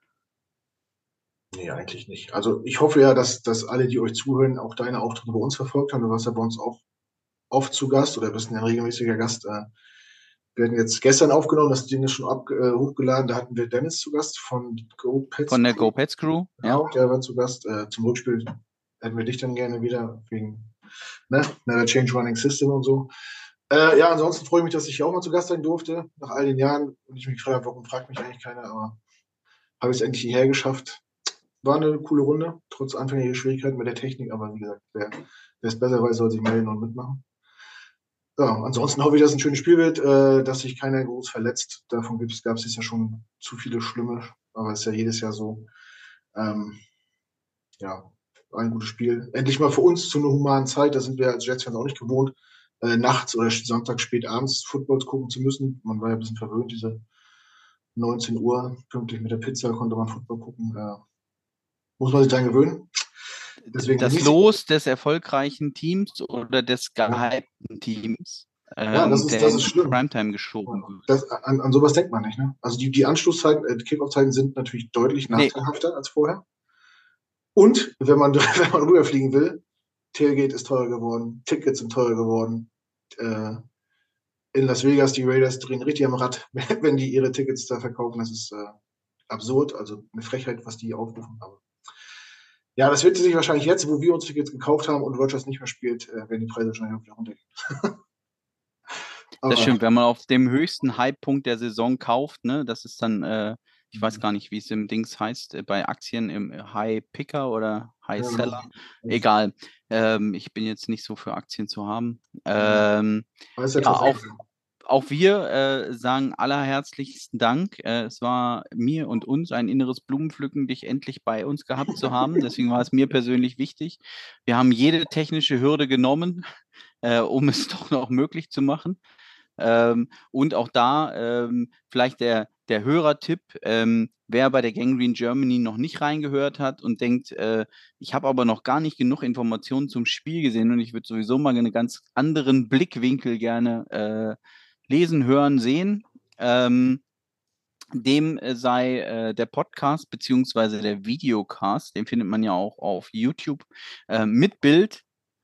Nee, eigentlich nicht. Also ich hoffe ja, dass alle, die euch zuhören, auch deine Auftritte bei uns verfolgt haben. Du warst ja bei uns auch oft zu Gast oder bist ein regelmäßiger Gast. Wir hatten jetzt gestern aufgenommen, das Ding ist schon hochgeladen. Da hatten wir Dennis zu Gast von Go Pets. Von der Go Pets Crew? Genau, der war zu Gast. Zum Rückspiel hätten wir dich dann gerne wieder wegen Never Change Running System und so. Ja, ansonsten freue ich mich, dass ich hier auch mal zu Gast sein durfte, nach all den Jahren. Und ich mich gefragt habe, warum fragt mich eigentlich keiner, aber habe ich es endlich hierher geschafft. War eine coole Runde, trotz anfänglicher Schwierigkeiten mit der Technik, aber wie gesagt, wer es besser weiß, soll sich melden und mitmachen. Ja, ansonsten hoffe ich, dass es ein schönes Spiel wird, dass sich keiner groß verletzt. Davon gab es jetzt ja schon zu viele schlimme, aber es ist ja jedes Jahr so. Ja, ein gutes Spiel. Endlich mal für uns zu einer humanen Zeit, da sind wir als Jets-Fans auch nicht gewohnt, nachts oder Sonntag spät abends Footballs gucken zu müssen. Man war ja ein bisschen verwöhnt, diese 19 Uhr, pünktlich mit der Pizza konnte man Football gucken. Muss man sich dran gewöhnen. Deswegen das Los des erfolgreichen Teams oder des gehypten Teams, das der ist schlimm. Primetime geschoben wird. An sowas denkt man nicht. Ne? Also die Anschlusszeiten, die Kickoff-Zeiten sind natürlich deutlich nachteilhafter als vorher. Und wenn man rüberfliegen will, Tailgate ist teurer geworden, Tickets sind teurer geworden. In Las Vegas, die Raiders drehen richtig am Rad, wenn die ihre Tickets da verkaufen. Das ist absurd, also eine Frechheit, was die aufrufen. Aber ja, das wird sich wahrscheinlich jetzt, wo wir uns Tickets gekauft haben und Rodgers nicht mehr spielt, werden die Preise wahrscheinlich auch wieder runtergehen. Das stimmt, wenn man auf dem höchsten Hypepunkt der Saison kauft, ne, das ist dann, ich weiß gar nicht, wie es im Dings heißt, bei Aktien im High Picker oder High Seller. Egal. Ich bin jetzt nicht so für Aktien zu haben. Auch wir sagen allerherzlichsten Dank. Es war mir und uns ein inneres Blumenpflücken, dich endlich bei uns gehabt zu haben. Deswegen war es mir persönlich wichtig. Wir haben jede technische Hürde genommen, um es doch noch möglich zu machen. Und auch da vielleicht der Hörertipp, wer bei der Gangrene Germany noch nicht reingehört hat und denkt, ich habe aber noch gar nicht genug Informationen zum Spiel gesehen und ich würde sowieso mal einen ganz anderen Blickwinkel gerne lesen, hören, sehen. Dem sei der Podcast beziehungsweise der Videocast, den findet man ja auch auf YouTube mit Bild.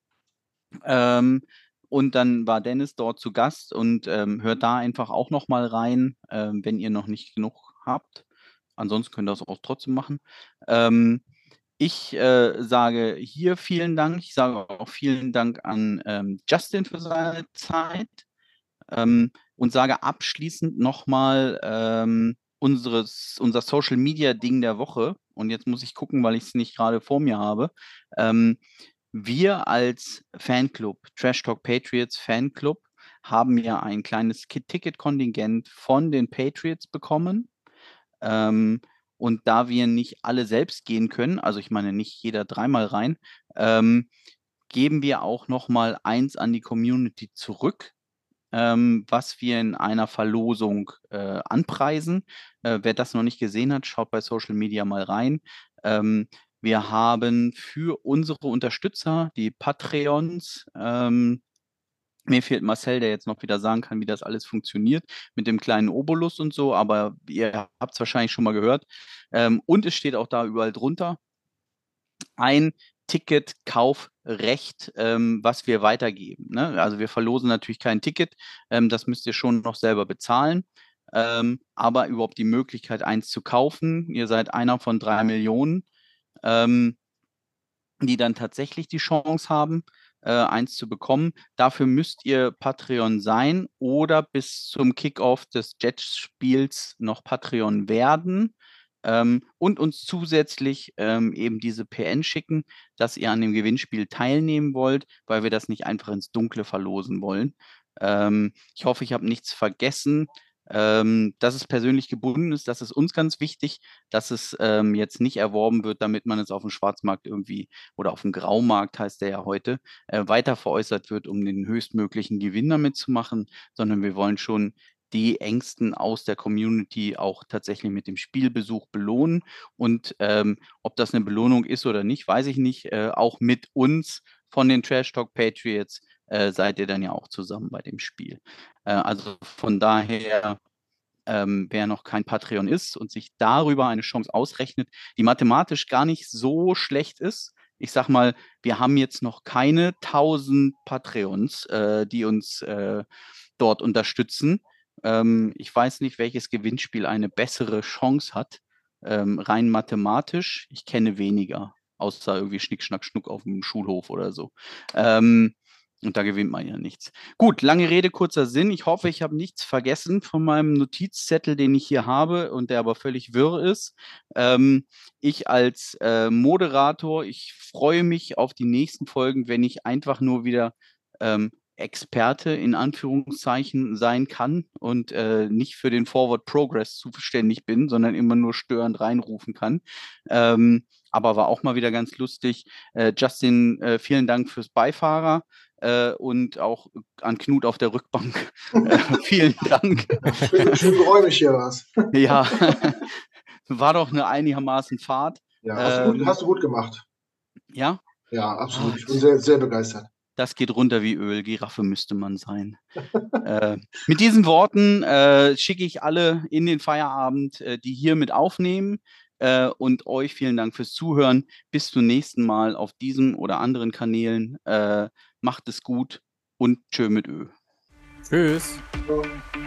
Und dann war Dennis dort zu Gast und hört da einfach auch noch mal rein, wenn ihr noch nicht genug habt. Ansonsten könnt ihr das auch trotzdem machen. Ich sage hier vielen Dank. Ich sage auch vielen Dank an Justin für seine Zeit und sage abschließend nochmal unser Social Media Ding der Woche. Und jetzt muss ich gucken, weil ich es nicht gerade vor mir habe. Wir als Fanclub, Trash Talk Patriots Fanclub, haben ja ein kleines Ticket-Kontingent von den Patriots bekommen. Und da wir nicht alle selbst gehen können, also ich meine nicht jeder dreimal rein, geben wir auch nochmal eins an die Community zurück, was wir in einer Verlosung anpreisen. Wer das noch nicht gesehen hat, schaut bei Social Media mal rein. Wir haben für unsere Unterstützer, die Patreons, mir fehlt Marcel, der jetzt noch wieder sagen kann, wie das alles funktioniert mit dem kleinen Obolus und so, aber ihr habt es wahrscheinlich schon mal gehört. Und es steht auch da überall drunter ein Ticketkaufrecht, was wir weitergeben. Ne? Also wir verlosen natürlich kein Ticket, das müsst ihr schon noch selber bezahlen. Aber überhaupt die Möglichkeit, eins zu kaufen. Ihr seid einer von 3 Millionen, die dann tatsächlich die Chance haben, eins zu bekommen. Dafür müsst ihr Patreon sein oder bis zum Kickoff des Jets-Spiels noch Patreon werden. Und uns zusätzlich eben diese PN schicken, dass ihr an dem Gewinnspiel teilnehmen wollt, weil wir das nicht einfach ins Dunkle verlosen wollen. Ich hoffe, ich habe nichts vergessen. Dass es persönlich gebunden ist, das ist uns ganz wichtig, dass es jetzt nicht erworben wird, damit man es auf dem Schwarzmarkt irgendwie oder auf dem Graumarkt, heißt der ja heute, weiter veräußert wird, um den höchstmöglichen Gewinn damit zu machen, sondern wir wollen schon die Ängsten aus der Community auch tatsächlich mit dem Spielbesuch belohnen. Und ob das eine Belohnung ist oder nicht, weiß ich nicht. Auch mit uns von den Trash Talk Patriots seid ihr dann ja auch zusammen bei dem Spiel. Also von daher, wer noch kein Patreon ist und sich darüber eine Chance ausrechnet, die mathematisch gar nicht so schlecht ist. Ich sag mal, wir haben jetzt noch keine 1000 Patreons, die uns dort unterstützen. Ich weiß nicht, welches Gewinnspiel eine bessere Chance hat, rein mathematisch. Ich kenne weniger, außer irgendwie Schnick, Schnack, Schnuck auf dem Schulhof oder so. Und da gewinnt man ja nichts. Gut, lange Rede, kurzer Sinn. Ich hoffe, ich habe nichts vergessen von meinem Notizzettel, den ich hier habe und der aber völlig wirr ist. Ich als Moderator, ich freue mich auf die nächsten Folgen, wenn ich einfach nur wieder Experte in Anführungszeichen sein kann und nicht für den Forward Progress zuständig bin, sondern immer nur störend reinrufen kann. Aber war auch mal wieder ganz lustig. Justin, vielen Dank fürs Beifahrer. Und auch an Knut auf der Rückbank. Vielen Dank. Schön geräumig hier was. Ja, war doch eine einigermaßen Fahrt. Ja, hast du gut gemacht. Ja? Ja, absolut. Ich bin sehr, sehr begeistert. Das geht runter wie Öl. Giraffe müsste man sein. Mit diesen Worten schicke ich alle in den Feierabend, die hier mit aufnehmen. Und euch vielen Dank fürs Zuhören. Bis zum nächsten Mal auf diesem oder anderen Kanälen. Macht es gut und tschö mit Ö. Tschüss. Ja.